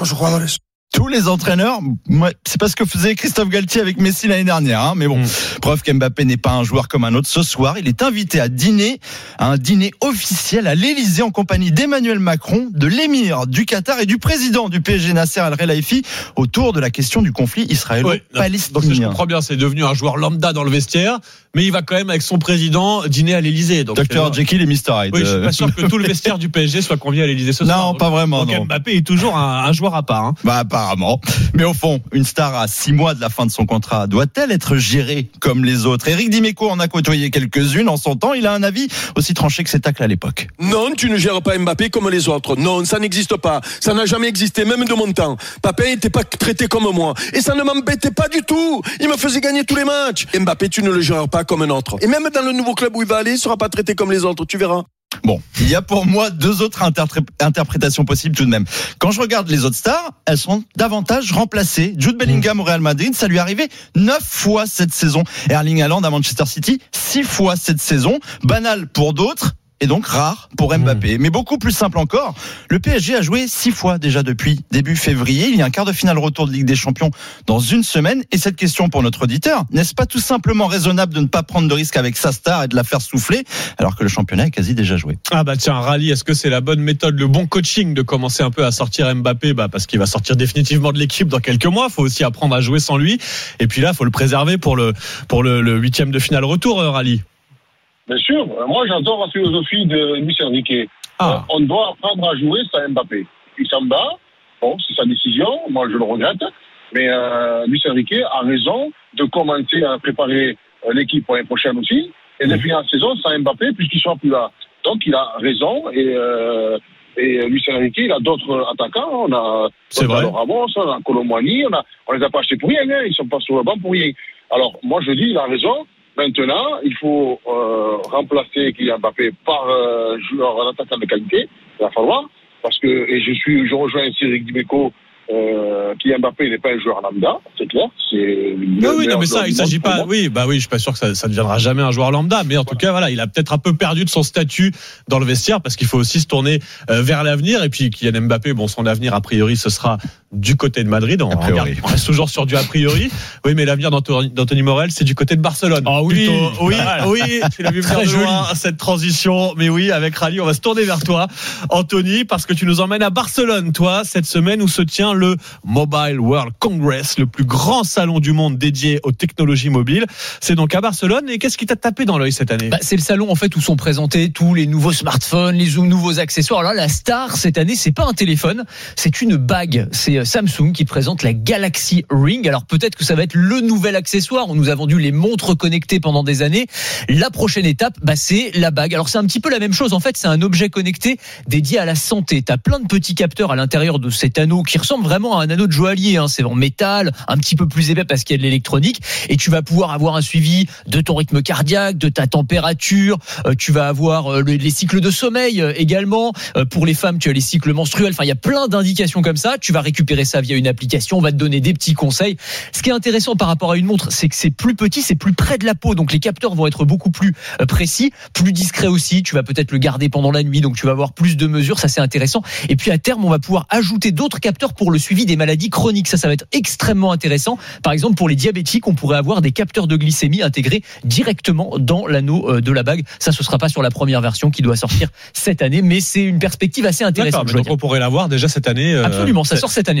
Tous les entraîneurs, c'est pas ce que faisait Christophe Galtier avec Messi l'année dernière, hein, mais bon, mmh. Preuve qu'Mbappé n'est pas un joueur comme un autre. Ce soir, il est invité à dîner, à un dîner officiel à l'Élysée en compagnie d'Emmanuel Macron, de l'émir du Qatar et du président du P S G Nasser Al-Khelaifi autour de la question du conflit israélo-palestinien. Donc je comprends bien, c'est devenu un joueur lambda dans le vestiaire, mais il va quand même avec son président dîner à l'Élysée. docteur Jekyll et mister Hyde. Oui, je suis pas sûr que tout le vestiaire du P S G soit convié à l'Élysée ce non, soir. Non, pas vraiment. Donc non. Mbappé est toujours un, un joueur à part. Hein. Bah apparemment. Mais au fond, une star à six mois de la fin de son contrat doit-elle être gérée comme les autres? Éric Dimeco en a côtoyé quelques-unes en son temps. Il a un avis aussi tranché que ses tacles à l'époque. Non, tu ne gères pas Mbappé comme les autres. Non, ça n'existe pas. Ça n'a jamais existé, même de mon temps. Papin n'était pas traité comme moi. Et ça ne m'embêtait pas du tout. Il me faisait gagner tous les matchs. Mbappé, tu ne le gères pas comme un autre. Et même dans le nouveau club où il va aller, il ne sera pas traité comme les autres. Tu verras. Bon, il y a pour moi deux autres interpré- interprétations possibles tout de même. Quand je regarde les autres stars, elles sont davantage remplacées. Jude Bellingham au Real Madrid, ça lui est arrivé neuf fois cette saison. Erling Haaland à Manchester City, six fois cette saison. Banal pour d'autres. Et donc rare pour Mbappé. Mais beaucoup plus simple encore, le P S G a joué six fois déjà depuis début février. Il y a un quart de finale retour de Ligue des Champions dans une semaine. Et cette question pour notre auditeur, n'est-ce pas tout simplement raisonnable de ne pas prendre de risque avec sa star et de la faire souffler alors que le championnat est quasi déjà joué? Ah bah tiens, Rally, est-ce que c'est la bonne méthode, le bon coaching de commencer un peu à sortir Mbappé? Bah parce qu'il va sortir définitivement de l'équipe dans quelques mois. Il faut aussi apprendre à jouer sans lui. Et puis là, il faut le préserver pour le, pour le, le huitième de finale retour, Rally. Bien sûr, moi j'adore la philosophie de Luis Enrique. Ah. On doit apprendre à jouer sans Mbappé. Il s'en bat, bon, c'est sa décision, moi je le regrette, mais euh, Luis Enrique a raison de commencer à préparer l'équipe pour l'année prochaine aussi, et de finir la saison sans Mbappé puisqu'il ne sera plus là. Donc il a raison, et, euh, et Luis Enrique, il a d'autres attaquants, on a Ramos, on a Kolo Muani, on a, on les a pas achetés pour rien, hein, ils sont pas sur le banc pour rien. Alors moi je dis, il a raison. Maintenant, il faut euh, remplacer Kylian Mbappé par euh, joueur en attaquant de qualité. Il va falloir, parce que et je suis, je rejoins ici Eric Dimeco. Euh, Kylian Mbappé n'est pas un joueur lambda, c'est clair. C'est oui, oui, non, mais ça, il s'agit pas. Oui, bah oui, je suis pas sûr que ça, ça deviendra jamais un joueur lambda, mais en tout cas, voilà, il a peut-être un peu perdu de son statut dans le vestiaire parce qu'il faut aussi se tourner euh, vers l'avenir. Et puis Kylian Mbappé, bon, son avenir a priori, ce sera du côté de Madrid. On, regarde, on reste toujours sur du a priori. Oui, mais l'avenir d'Anthony, d'Anthony Morel, c'est du côté de Barcelone. Ah oui, plutôt. Oui, oui, tu l'as vu venir de loin cette transition. Mais oui, avec Rally, on va se tourner vers toi, Anthony, parce que tu nous emmènes à Barcelone, toi, cette semaine où se tient le Mobile World Congress, le plus grand salon du monde dédié aux technologies mobiles. C'est donc à Barcelone. Et qu'est-ce qui t'a tapé dans l'œil cette année? Bah, c'est le salon en fait où sont présentés tous les nouveaux smartphones, les nouveaux accessoires. Alors là, la star cette année, c'est pas un téléphone, c'est une bague. C'est Samsung qui présente la Galaxy Ring. Alors peut-être que ça va être le nouvel accessoire. On nous a vendu les montres connectées pendant des années. La prochaine étape, bah, c'est la bague. Alors c'est un petit peu la même chose. En fait, c'est un objet connecté dédié à la santé. T'as plein de petits capteurs à l'intérieur de cet anneau qui ressemble vraiment à un anneau de joaillier. Hein. C'est en métal, un petit peu plus épais parce qu'il y a de l'électronique. Et tu vas pouvoir avoir un suivi de ton rythme cardiaque, de ta température. Euh, tu vas avoir euh, les cycles de sommeil euh, également. Euh, pour les femmes, tu as les cycles menstruels. Enfin, il y a plein d'indications comme ça. Tu vas récupérer ça via une application. On va te donner des petits conseils. Ce qui est intéressant par rapport à une montre, c'est que c'est plus petit, c'est plus près de la peau. Donc les capteurs vont être beaucoup plus euh, précis, plus discrets aussi. Tu vas peut-être le garder pendant la nuit. Donc tu vas avoir plus de mesures. Ça, c'est intéressant. Et puis à terme, on va pouvoir ajouter d'autres capteurs pour le suivi des maladies chroniques. Ça, ça va être extrêmement intéressant. Par exemple, pour les diabétiques, on pourrait avoir des capteurs de glycémie intégrés directement dans l'anneau de la bague. Ça, ce sera pas sur la première version qui doit sortir cette année, mais c'est une perspective assez intéressante. D'accord, donc on pourrait l'avoir déjà cette année. Euh, Absolument, ça sort cette année.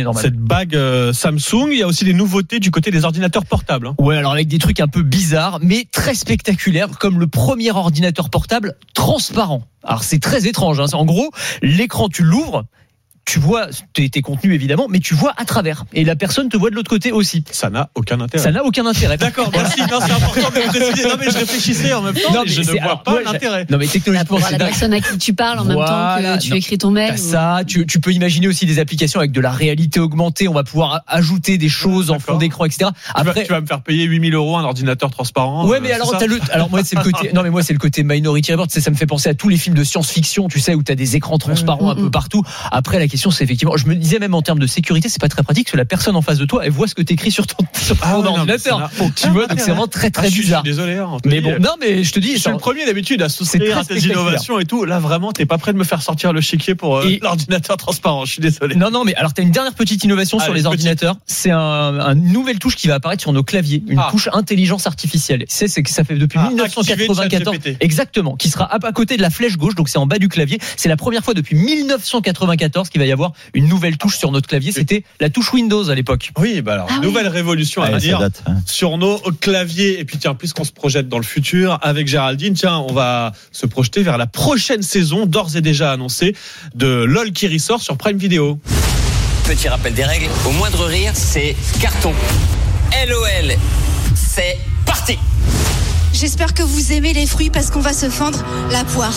normal. Cette bague euh, Samsung, il y a aussi des nouveautés du côté des ordinateurs portables. Hein. Ouais, alors avec des trucs un peu bizarres, mais très spectaculaires, comme le premier ordinateur portable transparent. Alors c'est très étrange. Hein. En gros, l'écran tu l'ouvres. Tu vois tes, tes contenus évidemment, mais tu vois à travers. Et la personne te voit de l'autre côté aussi. Ça n'a aucun intérêt. Ça n'a aucun intérêt. D'accord, merci. Non, c'est important de préciser. Non, mais je réfléchissais en même temps. Non, mais je ne vois alors, pas ouais, l'intérêt. Non, mais technologiquement, c'est la personne à qui tu parles en voilà, même temps que tu non, écris ton mail. Ou... Ça, tu, tu peux imaginer aussi des applications avec de la réalité augmentée. On va pouvoir ajouter des choses en fond d'écran, et cetera. Après, tu vas, tu vas me faire payer huit mille euros un ordinateur transparent. Ouais, mais alors, t'as le, alors moi, c'est le côté. Non, mais moi, c'est le côté Minority Report. Ça me fait penser à tous les films de science-fiction, tu sais, où t'as des écrans transparents un peu partout. Après, la question, c'est effectivement, je me disais même en termes de sécurité, c'est pas très pratique parce que la personne en face de toi, elle voit ce que t'écris sur ton, sur ton ah ouais, ordinateur. Non, tu vois, donc c'est vraiment très très ah, bizarre. Je suis désolé. Hein, mais bon, non, mais je te dis, je suis le premier d'habitude à souscrire à tes innovations et tout. Là, vraiment, t'es pas prêt de me faire sortir le chéquier pour euh, et... l'ordinateur transparent. Je suis désolé. Non, non, mais alors t'as une dernière petite innovation Allez, sur les petite. ordinateurs. C'est un, un nouvelle touche qui va apparaître sur nos claviers, une ah. touche intelligence artificielle. C'est, c'est que ça fait depuis ah, dix-neuf cent quatre-vingt-quatorze, exactement, qui sera à côté de la flèche gauche, donc c'est en bas du clavier. C'est la première fois depuis dix-neuf cent quatre-vingt-quatorze qu'il va y avoir une nouvelle touche sur notre clavier. C'était la touche Windows à l'époque. Oui, bah alors, ah nouvelle oui. révolution à ouais, venir date, hein. sur nos claviers. Et puis tiens, puisqu'on se projette dans le futur avec Géraldine, tiens, on va se projeter vers la prochaine saison, d'ores et déjà annoncée, de LOL qui ressort sur Prime Video. Petit rappel des règles, au moindre rire, c'est carton. L O L, c'est parti. J'espère que vous aimez les fruits parce qu'on va se fendre la poire.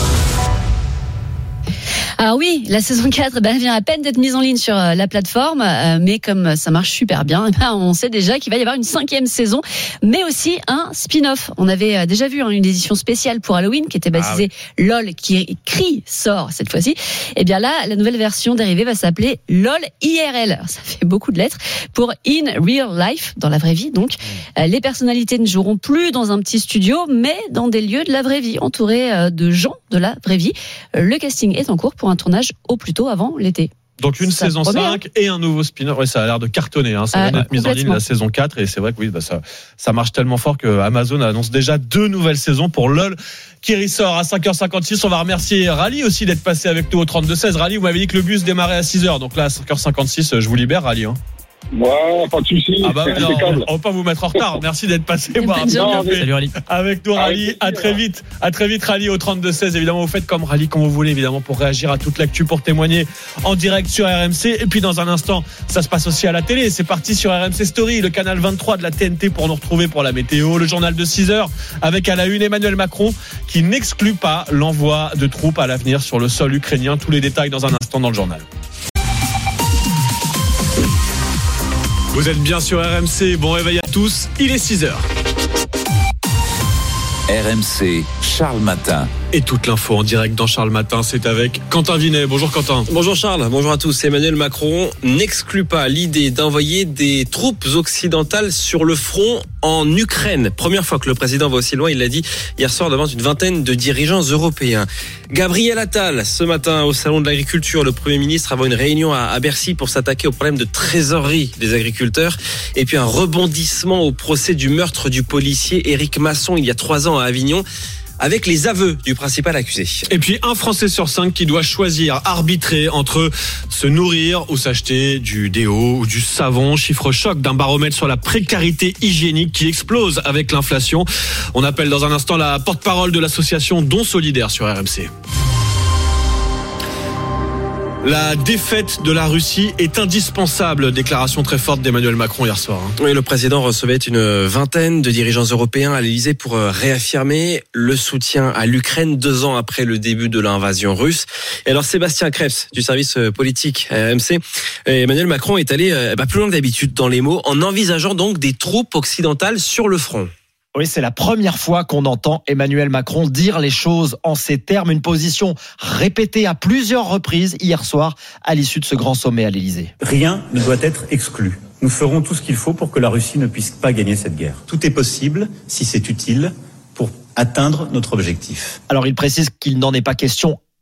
Alors oui, la saison quatre ben, vient à peine d'être mise en ligne sur euh, la plateforme, euh, mais comme ça marche super bien, ben, on sait déjà qu'il va y avoir une cinquième saison, mais aussi un spin-off. On avait euh, déjà vu hein, une édition spéciale pour Halloween qui était baptisée ah, oui. LOL qui crie sort cette fois-ci. Et bien là, la nouvelle version dérivée va s'appeler LOL I R L. Alors, ça fait beaucoup de lettres pour In Real Life, dans la vraie vie. Donc, euh, les personnalités ne joueront plus dans un petit studio, mais dans des lieux de la vraie vie, entourés euh, de gens de la vraie vie. Euh, le casting est en cours pour un tournage au plus tôt avant l'été. Donc une ça saison cinq et un nouveau spin-off. Ouais, ça a l'air de cartonner. Hein. Ça euh, va être mise en ligne la saison quatre et c'est vrai que oui, bah ça, ça marche tellement fort que Amazon annonce déjà deux nouvelles saisons pour LOL qui ressort à cinq heures cinquante-six. On va remercier Rally aussi d'être passé avec nous au trente-deux seize. Rally, vous m'avez dit que le bus démarrait à six heures. Donc là à cinq heures cinquante-six, je vous libère Rally. Hein. Ouais, pas de soucis. Ah bah non, on va pas vous mettre en retard. Merci d'être passé voir Salut Rally. Avec nous Rally. À très vite. À très vite Rally au trente-deux seize. Évidemment, vous faites comme Rally, comme vous voulez, évidemment, pour réagir à toute l'actu, pour témoigner en direct sur R M C. Et puis dans un instant, ça se passe aussi à la télé. C'est parti sur R M C Story, le canal vingt-trois de la T N T pour nous retrouver pour la météo. Le journal de six heures avec à la une Emmanuel Macron qui n'exclut pas l'envoi de troupes à l'avenir sur le sol ukrainien. Tous les détails dans un instant dans le journal. Vous êtes bien sur R M C, bon réveil à tous, il est six heures. R M C, Charles Matin. Et toute l'info en direct dans Charles Matin, c'est avec Quentin Vinet. Bonjour Quentin. Bonjour Charles, bonjour à tous. Emmanuel Macron n'exclut pas l'idée d'envoyer des troupes occidentales sur le front en Ukraine. Première fois que le président va aussi loin, il l'a dit hier soir devant une vingtaine de dirigeants européens. Gabriel Attal, ce matin au Salon de l'Agriculture, le Premier ministre avant une réunion à Bercy pour s'attaquer au problème de trésorerie des agriculteurs. Et puis un rebondissement au procès du meurtre du policier Éric Masson il y a trois ans à Avignon, avec les aveux du principal accusé. Et puis un Français sur cinq qui doit choisir, arbitrer entre se nourrir ou s'acheter du déo ou du savon. Chiffre choc d'un baromètre sur la précarité hygiénique qui explose avec l'inflation. On appelle dans un instant la porte-parole de l'association Don Solidaire sur R M C. La défaite de la Russie est indispensable. Déclaration très forte d'Emmanuel Macron hier soir. Oui, le président recevait une vingtaine de dirigeants européens à l'Élysée pour réaffirmer le soutien à l'Ukraine deux ans après le début de l'invasion russe. Et alors Sébastien Krebs du service politique R M C, Emmanuel Macron est allé bah, plus loin que d'habitude dans les mots en envisageant donc des troupes occidentales sur le front. Oui, c'est la première fois qu'on entend Emmanuel Macron dire les choses en ces termes, une position répétée à plusieurs reprises hier soir à l'issue de ce grand sommet à l'Élysée. Rien ne doit être exclu. Nous ferons tout ce qu'il faut pour que la Russie ne puisse pas gagner cette guerre. Tout est possible si c'est utile pour atteindre notre objectif. Alors il précise qu'il n'en est pas question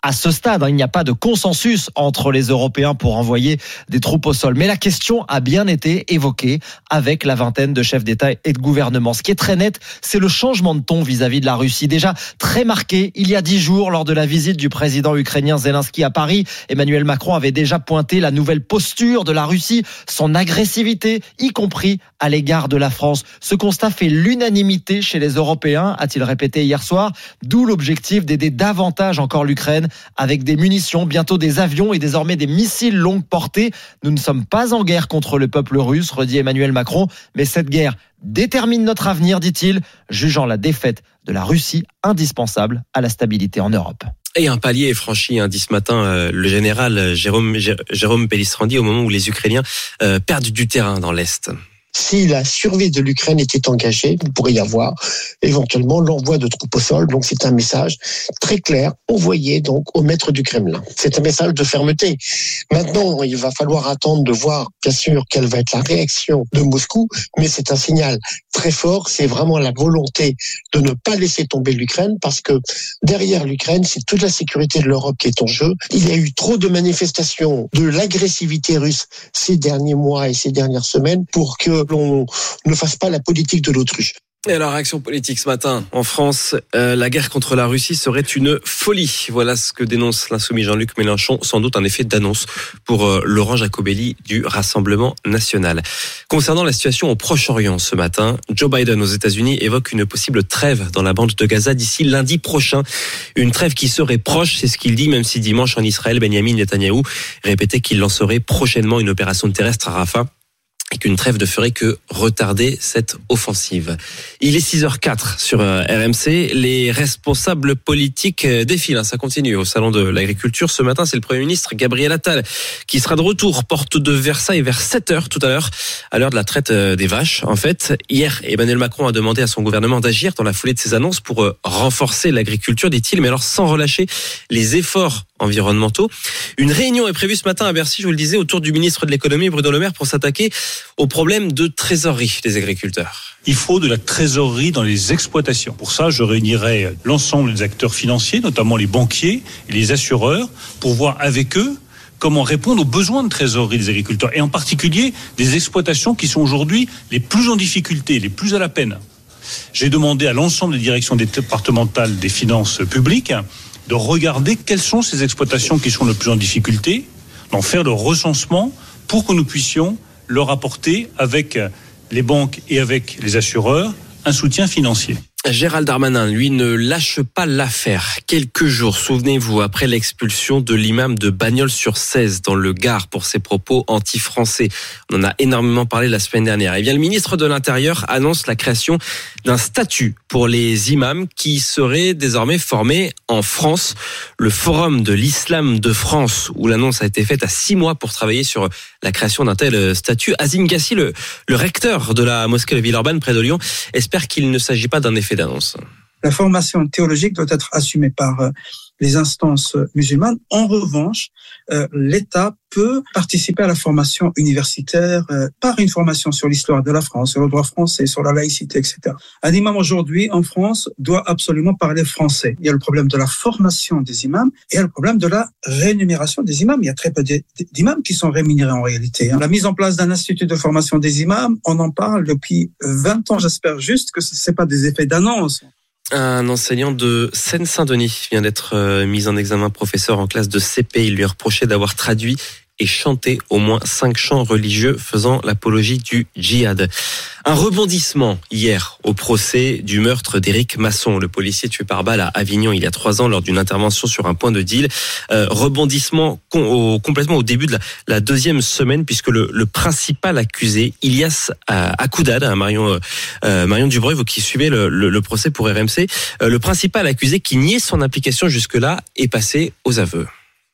à ce stade. Il n'y a pas de consensus entre les Européens pour envoyer des troupes au sol. Mais la question a bien été évoquée avec la vingtaine de chefs d'État et de gouvernement. Ce qui est très net, c'est le changement de ton vis-à-vis de la Russie. Déjà très marqué il y a dix jours lors de la visite du président ukrainien Zelensky à Paris. Emmanuel Macron avait déjà pointé la nouvelle posture de la Russie, son agressivité, y compris à l'égard de la France. Ce constat fait l'unanimité chez les Européens, a-t-il répété hier soir, d'où l'objectif d'aider davantage encore l'Ukraine avec des munitions, bientôt des avions et désormais des missiles longue portée. Nous ne sommes pas en guerre contre le peuple russe, redit Emmanuel Macron, mais cette guerre détermine notre avenir, dit-il, jugeant la défaite de la Russie indispensable à la stabilité en Europe. Et un palier est franchi, hein, dit ce matin euh, le général Jérôme, Jérôme Pellistrandi au moment où les Ukrainiens euh, perdent du terrain dans l'Est. Si la survie de l'Ukraine était engagée, il pourrait y avoir éventuellement l'envoi de troupes au sol. Donc c'est un message très clair envoyé donc au maître du Kremlin. C'est un message de fermeté. Maintenant, il va falloir attendre de voir bien sûr quelle va être la réaction de Moscou, mais c'est un signal très fort. C'est vraiment la volonté de ne pas laisser tomber l'Ukraine parce que derrière l'Ukraine, c'est toute la sécurité de l'Europe qui est en jeu. Il y a eu trop de manifestations de l'agressivité russe ces derniers mois et ces dernières semaines pour que l'on ne fasse pas la politique de l'autruche. Et alors, réaction politique ce matin en France, euh, la guerre contre la Russie serait une folie. Voilà ce que dénonce l'insoumis Jean-Luc Mélenchon, sans doute un effet d'annonce pour euh, Laurent Jacobelli du Rassemblement national. Concernant la situation au Proche-Orient ce matin, Joe Biden aux États-Unis évoque une possible trêve dans la bande de Gaza d'ici lundi prochain. Une trêve qui serait proche, c'est ce qu'il dit, même si dimanche en Israël, Benyamin Netanyahou répétait qu'il lancerait prochainement une opération terrestre à Rafah, et qu'une trêve ne ferait que retarder cette offensive. Il est six heures quatre sur R M C. Les responsables politiques défilent. Ça continue au Salon de l'Agriculture. Ce matin, c'est le Premier ministre Gabriel Attal qui sera de retour porte de Versailles vers sept heures tout à l'heure, à l'heure de la traite des vaches. En fait, hier, Emmanuel Macron a demandé à son gouvernement d'agir dans la foulée de ses annonces pour renforcer l'agriculture, dit-il, mais alors sans relâcher les efforts environnementaux. Une réunion est prévue ce matin à Bercy, je vous le disais, autour du ministre de l'économie Bruno Le Maire pour s'attaquer au problème de trésorerie des agriculteurs. Il faut de la trésorerie dans les exploitations. Pour ça, je réunirai l'ensemble des acteurs financiers, notamment les banquiers et les assureurs, pour voir avec eux comment répondre aux besoins de trésorerie des agriculteurs, et en particulier des exploitations qui sont aujourd'hui les plus en difficulté, les plus à la peine. J'ai demandé à l'ensemble des directions départementales des finances publiques de regarder quelles sont ces exploitations qui sont le plus en difficulté, d'en faire le recensement pour que nous puissions leur apporter, avec les banques et avec les assureurs, un soutien financier. Gérald Darmanin, lui, ne lâche pas l'affaire. Quelques jours, souvenez-vous, après l'expulsion de l'imam de Bagnols-sur-Cèze dans le Gard pour ses propos anti-français. On en a énormément parlé la semaine dernière. Eh bien, le ministre de l'Intérieur annonce la création d'un statut pour les imams qui serait désormais formé en France. Le Forum de l'Islam de France, où l'annonce a été faite à six mois pour travailler sur la création d'un tel statut. Azim Gassi, le, le recteur de la mosquée de Villeurbanne près de Lyon, espère qu'il ne s'agit pas d'un effet d'annonce. La formation théologique doit être assumée par les instances musulmanes. En revanche, euh, l'État peut participer à la formation universitaire euh, par une formation sur l'histoire de la France, sur le droit français, sur la laïcité, et cetera. Un imam aujourd'hui en France doit absolument parler français. Il y a le problème de la formation des imams et il y a le problème de la rémunération des imams. Il y a très peu d'imams qui sont rémunérés en réalité. La mise en place d'un institut de formation des imams, on en parle depuis vingt ans. J'espère juste que ce n'est pas des effets d'annonce. Un enseignant de Seine-Saint-Denis vient d'être mis en examen, professeur en classe de C P. Il lui est reproché d'avoir traduit et chanté au moins cinq chants religieux faisant l'apologie du djihad. Un rebondissement hier au procès du meurtre d'Éric Masson, le policier tué par balle à Avignon il y a trois ans lors d'une intervention sur un point de deal. Euh, rebondissement com- au, complètement au début de la, la deuxième semaine, puisque le, le principal accusé, Ilyas Akoudad, hein, Marion, euh, Marion Dubreuil, vous qui suivez le, le, le procès pour R M C, euh, le principal accusé qui niait son implication jusque-là est passé aux aveux.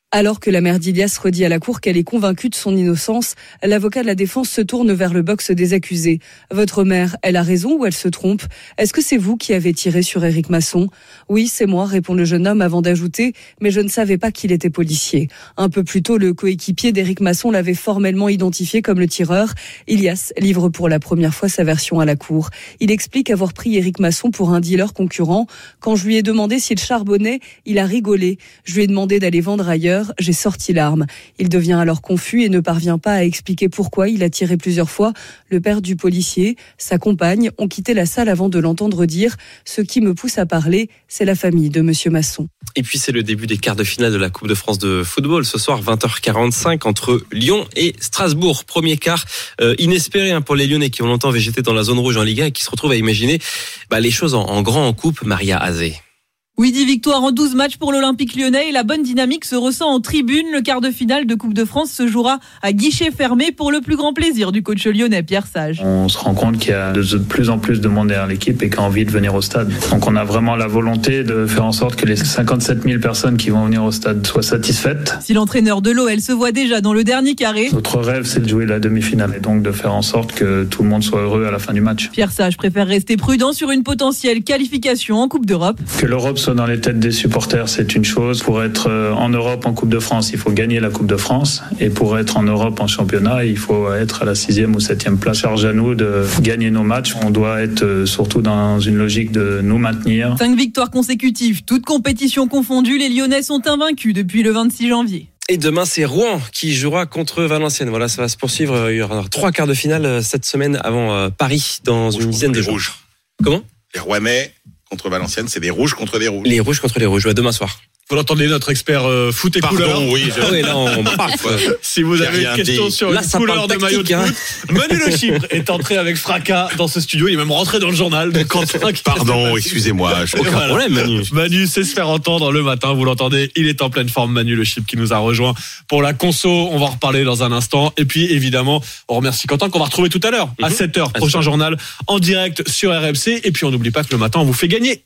Alors que la mère d'Ilias redit à la cour qu'elle est convaincue de son innocence, l'avocat de la défense se tourne vers le box des accusés. Votre mère, elle a raison ou elle se trompe ? Est-ce que c'est vous qui avez tiré sur Éric Masson ? Oui, c'est moi, répond le jeune homme avant d'ajouter, mais je ne savais pas qu'il était policier. Un peu plus tôt, le coéquipier d'Éric Masson l'avait formellement identifié comme le tireur. Ilias livre pour la première fois sa version à la cour. Il explique avoir pris Éric Masson pour un dealer concurrent. Quand je lui ai demandé s'il charbonnait, il a rigolé. Je lui ai demandé d'aller vendre ailleurs. J'ai sorti l'arme. Il devient alors confus et ne parvient pas à expliquer pourquoi il a tiré plusieurs fois. Le père du policier, sa compagne, ont quitté la salle avant de l'entendre dire « Ce qui me pousse à parler, c'est la famille de Monsieur Masson ». Et puis c'est le début des quarts de finale de la Coupe de France de football. Ce soir, vingt heures quarante-cinq entre Lyon et Strasbourg. Premier quart euh, inespéré hein, pour les Lyonnais qui ont longtemps végété dans la zone rouge en Ligue un et qui se retrouvent à imaginer bah, les choses en, en grand en coupe. Maria Azé. Oui, dix victoires en douze matchs pour l'Olympique Lyonnais et la bonne dynamique se ressent en tribune. Le quart de finale de Coupe de France se jouera à guichet fermé pour le plus grand plaisir du coach lyonnais Pierre Sage. On se rend compte qu'il y a de plus en plus de monde derrière l'équipe et qui a envie de venir au stade. Donc on a vraiment la volonté de faire en sorte que les cinquante-sept mille personnes qui vont venir au stade soient satisfaites. Si l'entraîneur de l'O L se voit déjà dans le dernier carré, notre rêve c'est de jouer la demi-finale et donc de faire en sorte que tout le monde soit heureux à la fin du match. Pierre Sage préfère rester prudent sur une potentielle qualification en Coupe d'Europe. Que l'Europe soit dans les têtes des supporters, c'est une chose. Pour être en Europe en Coupe de France, il faut gagner la Coupe de France. Et pour être en Europe en championnat, il faut être à la sixième ou septième place. Charge à nous de gagner nos matchs. On doit être surtout dans une logique de nous maintenir. Cinq victoires consécutives, toutes compétitions confondues. Les Lyonnais sont invaincus depuis le vingt-six janvier. Et demain, c'est Rouen qui jouera contre Valenciennes. Voilà, ça va se poursuivre. Il y aura trois quarts de finale cette semaine avant Paris dans une dizaine de jours. Rouges. Comment ? Les Rouennais contre Valenciennes, c'est des rouges contre des rouges. Les rouges contre les rouges, ouais, demain soir. Vous l'entendez, notre expert euh, foot et Pardon, couleurs. oui. Je... Ah oui, là, on parle. Si vous avez une question dit. sur là, une couleur de maillot de hein. foot, Manu Le Chypre est entré avec fracas dans ce studio. Il est même rentré dans le journal. Donc Quentin, Pardon, excusez-moi. Je... Aucun voilà. problème, Manu. Manu sait se faire entendre le matin. Vous l'entendez, il est en pleine forme. Manu Le Chypre qui nous a rejoint pour la conso. On va en reparler dans un instant. Et puis, évidemment, on remercie Quentin qu'on va retrouver tout à l'heure mm-hmm. à sept heures. Prochain journal en direct sur R M C. Et puis, on n'oublie pas que le matin, on vous fait gagner.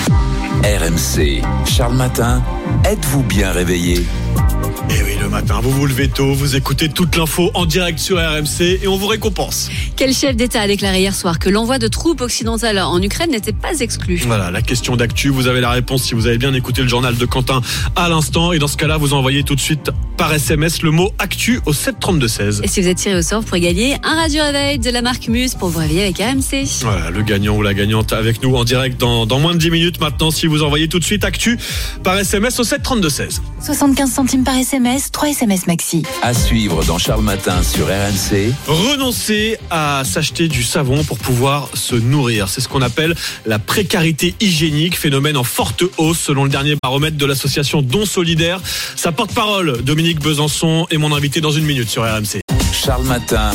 R M C, Charles Matin, êtes-vous bien réveillé ? Eh oui, le matin, vous vous levez tôt, vous écoutez toute l'info en direct sur R M C et on vous récompense. Quel chef d'État a déclaré hier soir que l'envoi de troupes occidentales en Ukraine n'était pas exclu ? Voilà, la question d'actu, vous avez la réponse si vous avez bien écouté le journal de Quentin à l'instant. Et dans ce cas-là, vous envoyez tout de suite par S M S le mot actu au sept trente-deux seize. Et si vous êtes tiré au sort, vous pourrez gagner un radio réveil de la marque Muse pour vous réveiller avec R M C. Voilà, le gagnant ou la gagnante avec nous en direct dans, dans moins de dix minutes maintenant. Si vous envoyez tout de suite actu par S M S au sept trente-deux seize. soixante-quinze centimes par S M S, trois S M S maxi. À suivre dans Charles Matin sur R M C. Renoncer à s'acheter du savon pour pouvoir se nourrir. C'est ce qu'on appelle la précarité hygiénique, phénomène en forte hausse selon le dernier baromètre de l'association Don Solidaire. Sa porte-parole, Dominique Besançon, est mon invité dans une minute sur R M C. Charles Matin.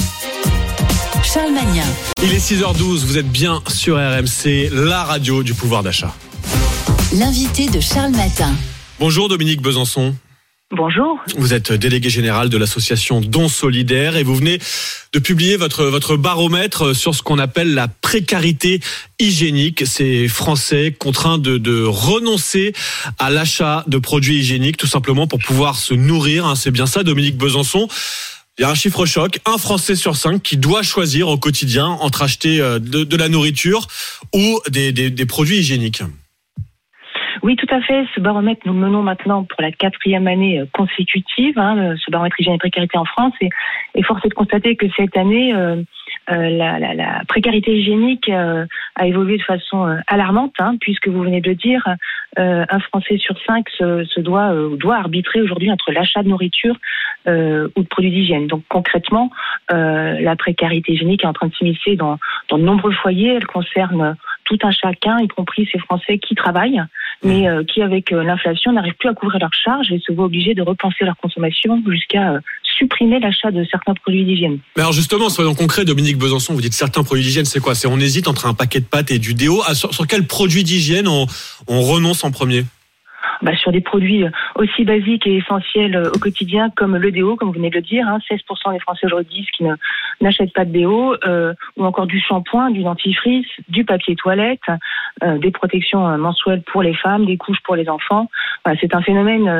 Charles Magnin. Il est six heures douze, vous êtes bien sur R M C, la radio du pouvoir d'achat. L'invité de Charles Matin. Bonjour Dominique Besançon. Bonjour. Vous êtes délégué général de l'association Don Solidaire et vous venez de publier votre, votre baromètre sur ce qu'on appelle la précarité hygiénique. Ces Français contraints de, de renoncer à l'achat de produits hygiéniques tout simplement pour pouvoir se nourrir. Hein, c'est bien ça, Dominique Besançon. Il y a un chiffre choc, un Français sur cinq qui doit choisir au quotidien entre acheter de, de la nourriture ou des, des, des produits hygiéniques. Oui, tout à fait. Ce baromètre, nous le menons maintenant pour la quatrième année consécutive, hein, ce baromètre hygiène et précarité en France. Et, et force est de constater que cette année, euh, euh, la, la, la précarité hygiénique euh, a évolué de façon euh, alarmante, hein, puisque vous venez de le dire, euh, un Français sur cinq se, se doit, euh, doit arbitrer aujourd'hui entre l'achat de nourriture euh, ou de produits d'hygiène. Donc concrètement, euh, la précarité hygiénique est en train de s'immiscer dans, dans de nombreux foyers. Elle concerne tout un chacun, y compris ces Français qui travaillent, mais euh, qui, avec euh, l'inflation, n'arrivent plus à couvrir leurs charges et se voient obligés de repenser leur consommation jusqu'à euh, supprimer l'achat de certains produits d'hygiène. Mais alors justement, soyons concrets, Dominique Besançon, vous dites certains produits d'hygiène, c'est quoi ? C'est on hésite entre un paquet de pâtes et du déo. Ah, sur, sur quel produit d'hygiène on, on renonce en premier ? Bah, sur des produits aussi basiques et essentiels au quotidien comme le déo, comme vous venez de le dire, hein, seize pour cent des Français aujourd'hui disent qu'ils ne, n'achètent pas de déo, euh, ou encore du shampoing, du dentifrice, du papier toilette, euh, des protections mensuelles pour les femmes, des couches pour les enfants. Voilà, c'est un phénomène euh, qui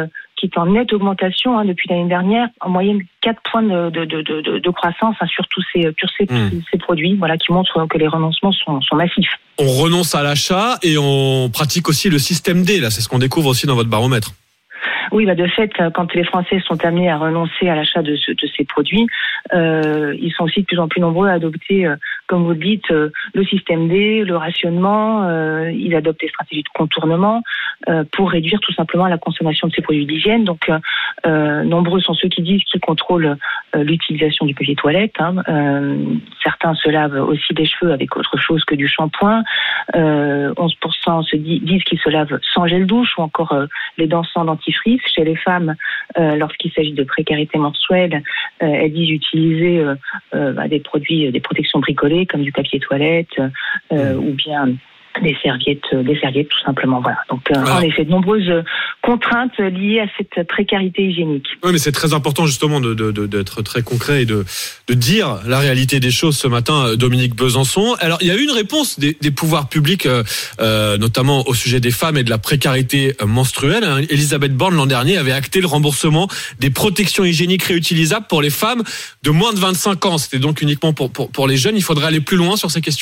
qui est en nette augmentation hein, depuis l'année dernière, en moyenne quatre points de, de, de, de, de croissance hein, sur tous ces, sur ces, mmh. ces produits, voilà, qui montrent que les renoncements sont, sont massifs. On renonce à l'achat et on pratique aussi le système D, là, c'est ce qu'on découvre aussi dans votre baromètre. Oui, bah de fait, quand les Français sont amenés à renoncer à l'achat de, ce, de ces produits, euh, ils sont aussi de plus en plus nombreux à adopter, euh, comme vous le dites, euh, le système D, le rationnement. Euh, ils adoptent des stratégies de contournement euh, pour réduire tout simplement la consommation de ces produits d'hygiène. Donc, euh, nombreux sont ceux qui disent qu'ils contrôlent euh, l'utilisation du papier toilette. Hein. Euh, certains se lavent aussi les cheveux avec autre chose que du shampoing. Euh, onze pour cent se dit, disent qu'ils se lavent sans gel douche ou encore euh, les dents sans dentifrice. Chez les femmes, euh, lorsqu'il s'agit de précarité menstruelle, euh, elles disent utiliser euh, euh, bah, des produits, des protections bricolées comme du papier toilette euh, ou bien des serviettes, des serviettes tout simplement. Voilà. Donc, euh, en effet, de nombreuses contraintes liées à cette précarité hygiénique. Oui, mais c'est très important justement de, de, de, d'être très concret et de, de dire la réalité des choses ce matin, Dominique Besançon. Alors, il y a eu une réponse des, des pouvoirs publics, euh, euh, notamment au sujet des femmes et de la précarité menstruelle. Elisabeth Borne, l'an dernier, avait acté le remboursement des protections hygiéniques réutilisables pour les femmes de moins de vingt-cinq ans. C'était donc uniquement pour, pour, pour les jeunes. Il faudrait aller plus loin sur ces questions ?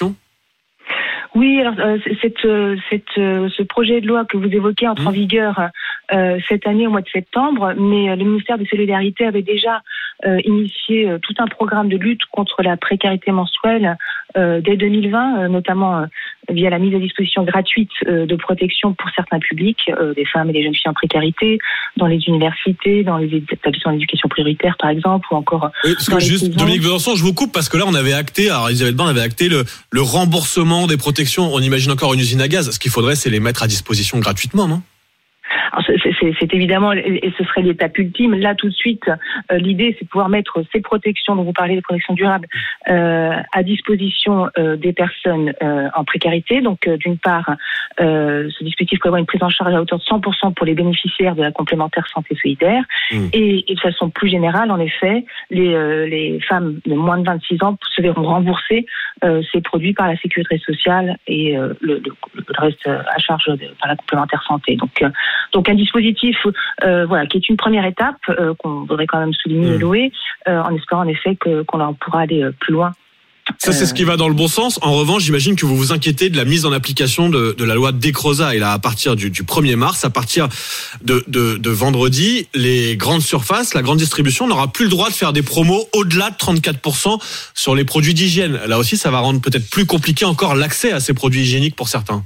Oui, alors euh, cette, euh, cette, euh, ce projet de loi que vous évoquez entre mmh. en vigueur euh, cette année au mois de septembre, mais euh, le ministère des Solidarités avait déjà euh, initié euh, tout un programme de lutte contre la précarité menstruelle euh, dès deux mille vingt, euh, notamment euh, via la mise à disposition gratuite euh, de protection pour certains publics, euh, des femmes et des jeunes filles en précarité, dans les universités, dans les établissements d'éducation prioritaire par exemple, ou encore oui, parce dans que les juste, prisons. Dominique Besançon, je vous coupe parce que là on avait acté, alors Elisabeth Borne avait acté le, le remboursement des protections. On imagine encore une usine à gaz. Ce qu'il faudrait, c'est les mettre à disposition gratuitement, non ? Alors c'est, c'est, c'est évidemment, et ce serait l'étape ultime. Là, tout de suite, euh, l'idée, c'est de pouvoir mettre ces protections dont vous parlez, les protections durables, euh, à disposition euh, des personnes euh, en précarité. Donc, euh, d'une part, euh, ce dispositif prévoit une prise en charge à hauteur de cent pour cent pour les bénéficiaires de la complémentaire santé solidaire. Mmh. Et, et de façon plus générale, en effet, les, euh, les femmes de moins de vingt-six ans se verront rembourser euh, ces produits par la sécurité sociale et euh, le, le, le reste à charge de, par la complémentaire santé. Donc, euh, donc un dispositif euh, voilà, qui est une première étape euh, qu'on voudrait quand même souligner et louer, euh, en espérant en effet que, qu'on en pourra aller plus loin. Ça, c'est ce qui va dans le bon sens. En revanche, j'imagine que vous vous inquiétez de la mise en application de, de la loi Descroza. Et là, à partir du, du premier mars, à partir de, de, de vendredi, les grandes surfaces, la grande distribution n'aura plus le droit de faire des promos au-delà de trente-quatre pour cent sur les produits d'hygiène. Là aussi, ça va rendre peut-être plus compliqué encore l'accès à ces produits hygiéniques pour certains.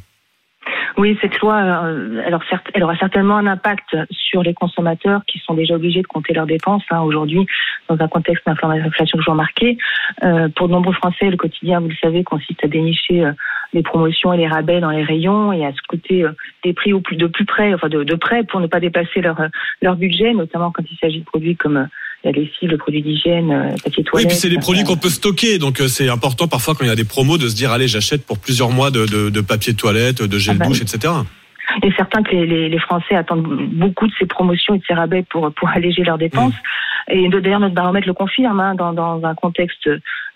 Oui, cette loi, euh, alors certes, elle aura certainement un impact sur les consommateurs qui sont déjà obligés de compter leurs dépenses hein, aujourd'hui dans un contexte d'inflation toujours marqué. Euh, pour de nombreux Français, le quotidien, vous le savez, consiste à dénicher euh, les promotions et les rabais dans les rayons et à scruter euh, des prix au plus de plus près, enfin de, de près pour ne pas dépasser leur leur budget, notamment quand il s'agit de produits comme euh, la lessive, le produit d'hygiène, euh, papier toilette. Oui, et puis c'est des produits qu'on peut stocker, donc euh, c'est important parfois quand il y a des promos de se dire allez, j'achète pour plusieurs mois de, de, de papier de toilette, de gel ah bah, douche, et cetera. Et certains que les, les, les Français attendent beaucoup de ces promotions et de ces rabais pour pour alléger leurs dépenses. Mmh. Et d'ailleurs notre baromètre le confirme, hein, dans, dans un contexte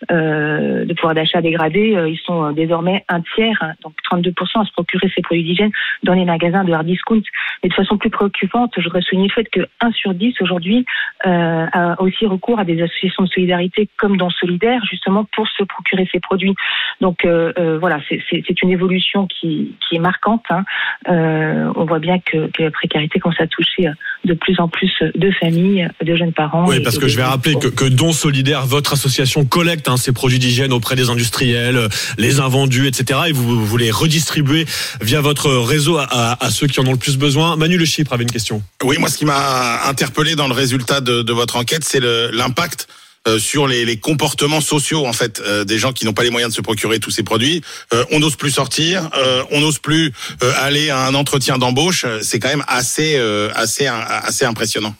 euh, de pouvoir d'achat dégradé, euh, ils sont désormais un tiers, hein, donc trente-deux pour cent à se procurer ces produits d'hygiène dans les magasins de hard discount. Et de façon plus préoccupante, je voudrais souligner le fait que un sur dix aujourd'hui euh, a aussi recours à des associations de solidarité comme Don Solidaire, justement pour se procurer ces produits. Donc euh, euh, voilà, c'est, c'est, c'est une évolution qui, qui est marquante. Hein. Euh, on voit bien que, que la précarité commence à toucher de plus en plus de familles, de jeunes parents. Oui, parce que je vais rappeler que, que Don Solidaire, votre association collecte hein, ces produits d'hygiène auprès des industriels, les invendus, et cetera. Et vous, vous les redistribuez via votre réseau à, à, à ceux qui en ont le plus besoin. Manu Le Chypre avait une question. Oui, moi, ce qui m'a interpellé dans le résultat de, de votre enquête, c'est le, l'impact Euh, sur les, les comportements sociaux en fait euh, des gens qui n'ont pas les moyens de se procurer tous ces produits. Euh, on n'ose plus sortir, euh, on n'ose plus euh, aller à un entretien d'embauche. C'est quand même assez euh, assez assez impressionnant.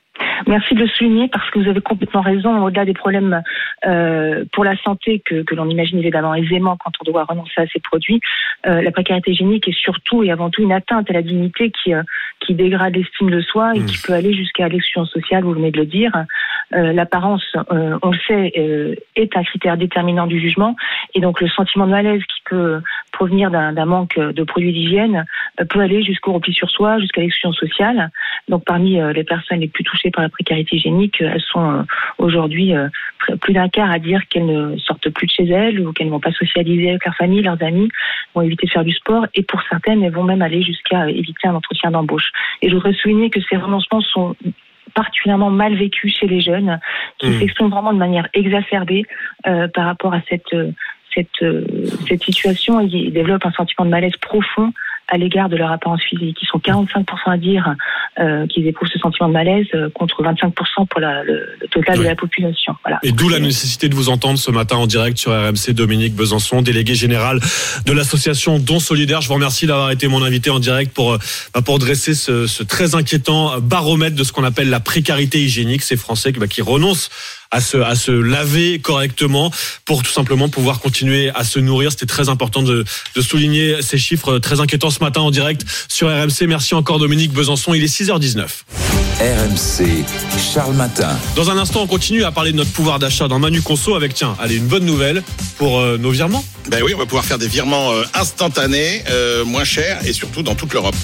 Merci de le souligner parce que vous avez complètement raison. Au-delà des problèmes euh, pour la santé que, que l'on imagine évidemment aisément quand on doit renoncer à ces produits, euh, la précarité hygiénique est surtout et avant tout une atteinte à la dignité qui euh, qui dégrade l'estime de soi et mmh. qui peut aller jusqu'à l'exclusion sociale. Vous venez de le dire. Euh, l'apparence, euh, on le sait, euh, est un critère déterminant du jugement et donc le sentiment de malaise qui peut provenir d'un, d'un manque de produits d'hygiène peut aller jusqu'au repli sur soi, jusqu'à l'exclusion sociale. Donc parmi les personnes les plus touchées par la précarité hygiénique, elles sont aujourd'hui plus d'un quart à dire qu'elles ne sortent plus de chez elles ou qu'elles ne vont pas socialiser avec leur famille, leurs amis, vont éviter de faire du sport, et pour certaines, elles vont même aller jusqu'à éviter un entretien d'embauche. Et je voudrais souligner que ces renoncements sont particulièrement mal vécus chez les jeunes, qui mmh. s'expriment vraiment de manière exacerbée euh, par rapport à cette, cette, euh, cette situation. Ils développent un sentiment de malaise profond à l'égard de leur apparence physique. Ils sont quarante-cinq pour cent à dire euh, qu'ils éprouvent ce sentiment de malaise euh, contre vingt-cinq pour cent pour la, le, le total oui. de la population. Voilà. Et d'où la nécessité de vous entendre ce matin en direct sur R M C. Dominique Besançon, délégué général de l'association Don Solidaire. Je vous remercie d'avoir été mon invité en direct pour, pour dresser ce, ce très inquiétant baromètre de ce qu'on appelle la précarité hygiénique. Ces Français qui, bah, qui renoncent à se, à se laver correctement pour tout simplement pouvoir continuer à se nourrir. C'était très important de, de souligner ces chiffres très inquiétants ce matin en direct sur R M C. Merci encore Dominique Besançon. Il est six heures dix-neuf. R M C, Charles Matin. Dans un instant, on continue à parler de notre pouvoir d'achat dans Manu Conso avec, tiens, allez, une bonne nouvelle pour euh, nos virements. Ben oui, on va pouvoir faire des virements euh, instantanés, euh, moins chers et surtout dans toute l'Europe.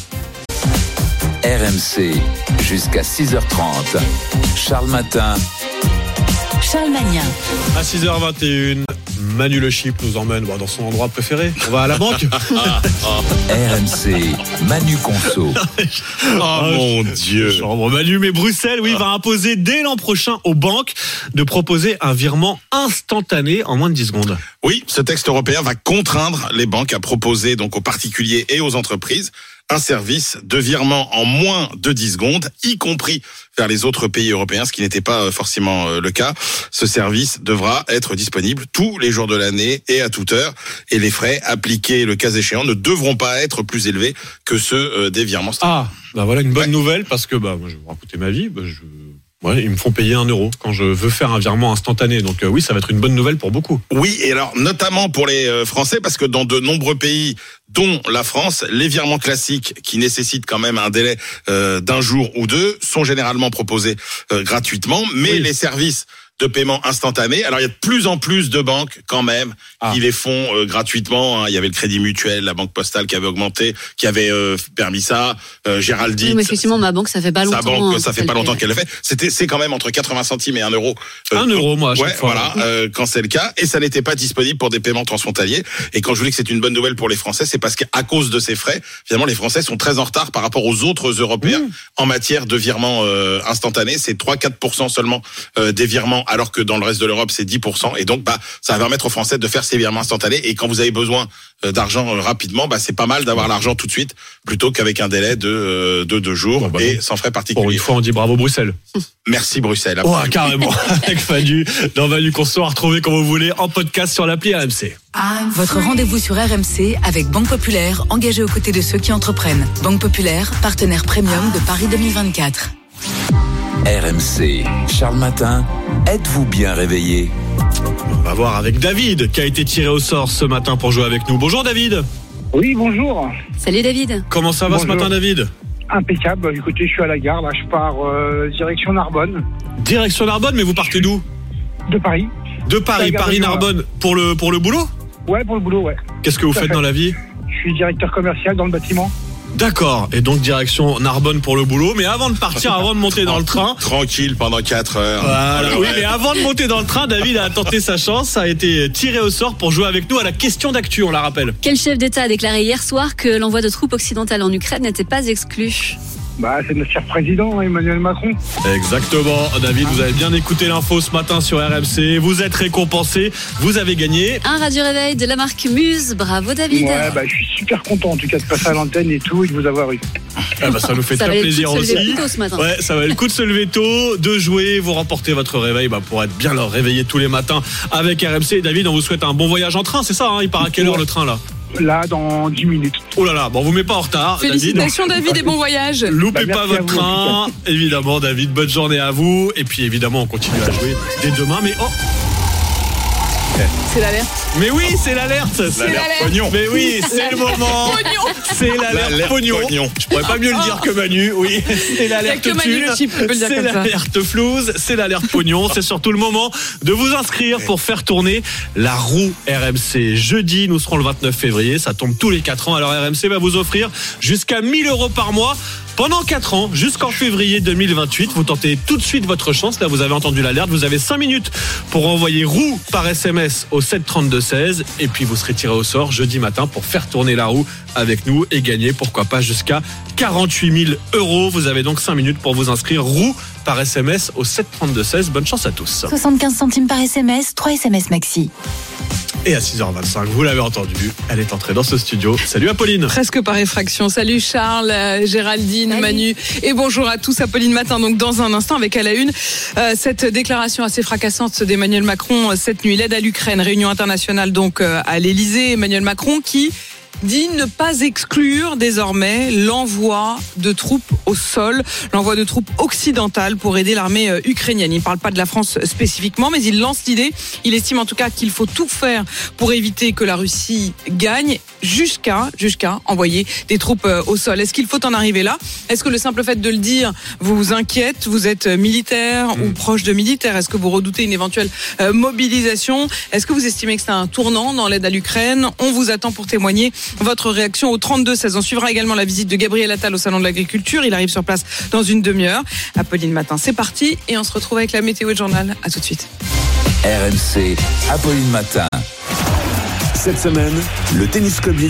R M C, jusqu'à six heures trente. Charles Matin. Charles Magnin. À six heures vingt et une, Manu Le Chip nous emmène bon, dans son endroit préféré. On va à la banque. R M C, Manu Conso. Oh, oh mon Dieu. Chambre Manu, mais Bruxelles, oui, va imposer dès l'an prochain aux banques de proposer un virement instantané en moins de dix secondes. Oui, ce texte européen va contraindre les banques à proposer donc aux particuliers et aux entreprises un service de virement en moins de dix secondes, y compris vers les autres pays européens, ce qui n'était pas forcément le cas. Ce service devra être disponible tous les jours de l'année et à toute heure. Et les frais appliqués, le cas échéant, ne devront pas être plus élevés que ceux des virements standards. Ah, bah voilà une bonne ouais. nouvelle, parce que bah, moi, je vais vous raconter ma vie. Bah, je... Ouais, ils me font payer un euro quand je veux faire un virement instantané. Donc euh, oui, ça va être une bonne nouvelle pour beaucoup. Oui, et alors notamment pour les euh, Français, parce que dans de nombreux pays, dont la France, les virements classiques qui nécessitent quand même un délai euh, d'un jour ou deux sont généralement proposés euh, gratuitement, mais oui. les services de paiement instantané. Alors il y a de plus en plus de banques quand même ah. qui les font euh, gratuitement. Hein. Il y avait le Crédit Mutuel, la Banque Postale qui avait augmenté, qui avait euh, permis ça. Euh, Géraldine. Oui, mais effectivement, ma banque, ça fait pas longtemps. Sa banque, hein, ça fait pas longtemps qu'elle le fait. C'était, c'est quand même entre quatre-vingts centimes et un euro. Euh, un euro, moi, à chaque ouais, fois. Voilà, euh, quand c'est le cas. Et ça n'était pas disponible pour des paiements transfrontaliers. Et quand je vous dis que c'est une bonne nouvelle pour les Français, c'est parce qu'à cause de ces frais, finalement, les Français sont très en retard par rapport aux autres Européens mmh. en matière de virements euh, instantanés. C'est trois à quatre pour cent seulement euh, des virements, alors que dans le reste de l'Europe, c'est dix pour cent. Et donc, bah, ça va permettre aux Français de faire ces virements instantanés. Et quand vous avez besoin d'argent rapidement, bah, c'est pas mal d'avoir l'argent tout de suite, plutôt qu'avec un délai de, euh, de deux jours bon, bah, et sans frais particuliers. Pour une fois, on dit bravo Bruxelles. Merci Bruxelles. Oh, carrément. Avec Manu, dans Manu Conso, à retrouver quand vous voulez en podcast sur l'appli R M C. Votre rendez-vous sur R M C avec Banque Populaire, engagée aux côtés de ceux qui entreprennent. Banque Populaire, partenaire premium de Paris deux mille vingt-quatre. R M C, Charles Matin, êtes-vous bien réveillé? On va voir avec David qui a été tiré au sort ce matin pour jouer avec nous. Bonjour David. Oui, bonjour. Salut David. Comment ça va bonjour. Ce matin David? Impeccable. Écoutez, je suis à la gare, là, je pars euh, direction Narbonne. Direction Narbonne, mais vous partez d'où? De Paris. De Paris, Paris-Narbonne, pour le, pour le boulot? Ouais, pour le boulot, ouais. Qu'est-ce que vous faites dans la vie? Je suis directeur commercial dans le bâtiment. D'accord, et donc direction Narbonne pour le boulot, mais avant de partir, avant de monter dans le train... Tranquille pendant quatre heures. Voilà, oui, mais avant de monter dans le train, David a tenté sa chance, a été tiré au sort pour jouer avec nous à la question d'actu, on la rappelle. Quel chef d'État a déclaré hier soir que l'envoi de troupes occidentales en Ukraine n'était pas exclu? Bah, c'est notre cher président, Emmanuel Macron. Exactement. David, vous avez bien écouté l'info ce matin sur R M C. Vous êtes récompensé. Vous avez gagné un radio réveil de la marque Muse. Bravo, David. Ouais, bah, je suis super content, en tout cas, de passer à l'antenne et tout, et de vous avoir eu. Ah bah, ça nous fait ça très plaisir aussi. Ce matin. Ouais, ça va le coup de se lever tôt, de jouer, vous remportez votre réveil bah, pour être bien leur réveillé tous les matins avec R M C. David, on vous souhaite un bon voyage en train, c'est ça, hein? Il part à quelle heure le train là? Là, dans dix minutes. Oh là là, bon, on vous met pas en retard. Félicitations David, David et bon voyage. Loupez bah, pas votre vous, train. Évidemment, David, bonne journée à vous. Et puis évidemment, on continue à jouer dès demain. Mais oh, c'est l'alerte. Mais oui, c'est l'alerte. C'est l'alerte pognon. Mais oui, c'est le moment. C'est l'alerte, L'alerte pognon. pognon. Je pourrais pas mieux le dire que Manu. Oui, c'est l'alerte Il y a que Manu, thune. le chiffre, peut le dire C'est comme ça. l'alerte flouze. C'est l'alerte pognon. C'est surtout le moment de vous inscrire pour faire tourner la roue R M C. Jeudi, nous serons le vingt-neuf février. Ça tombe tous les quatre ans. Alors R M C va vous offrir jusqu'à mille euros par mois. Pendant quatre ans, jusqu'en février deux mille vingt-huit, vous tentez tout de suite votre chance. Là, vous avez entendu l'alerte. Vous avez cinq minutes pour envoyer roue par S M S au sept trente-deux seize. Et puis, vous serez tiré au sort jeudi matin pour faire tourner la roue avec nous et gagner, pourquoi pas, jusqu'à quarante-huit mille euros. Vous avez donc cinq minutes pour vous inscrire roue par S M S au sept trente-deux seize. Bonne chance à tous. soixante-quinze centimes par S M S, trois S M S maxi. Et à six heures vingt-cinq, vous l'avez entendu, elle est entrée dans ce studio. Salut Apolline. Presque par effraction. Salut Charles, euh, Géraldine, Salut. Manu et bonjour à tous. Apolline Matin, donc dans un instant avec à la une euh, cette déclaration assez fracassante d'Emmanuel Macron euh, cette nuit. L'aide à l'Ukraine, réunion internationale donc euh, à l'Elysée. Emmanuel Macron qui dit ne pas exclure désormais l'envoi de troupes au sol, l'envoi de troupes occidentales pour aider l'armée ukrainienne. Il ne parle pas de la France spécifiquement, mais il lance l'idée. Il estime en tout cas qu'il faut tout faire pour éviter que la Russie gagne jusqu'à, jusqu'à envoyer des troupes au sol. Est-ce qu'il faut en arriver là ? Est-ce que le simple fait de le dire vous inquiète ? Vous êtes militaire mmh. ou proche de militaire ? Est-ce que vous redoutez une éventuelle euh, mobilisation ? Est-ce que vous estimez que c'est un tournant dans l'aide à l'Ukraine ? On vous attend pour témoigner votre réaction au trente-deux seize. On suivra également la visite de Gabriel Attal au Salon de l'Agriculture. Il arrive sur place dans une demi-heure. Apolline Matin, c'est parti. Et on se retrouve avec la météo et le journal. À tout de suite. R M C, Apolline Matin. Cette semaine, le Tennis Club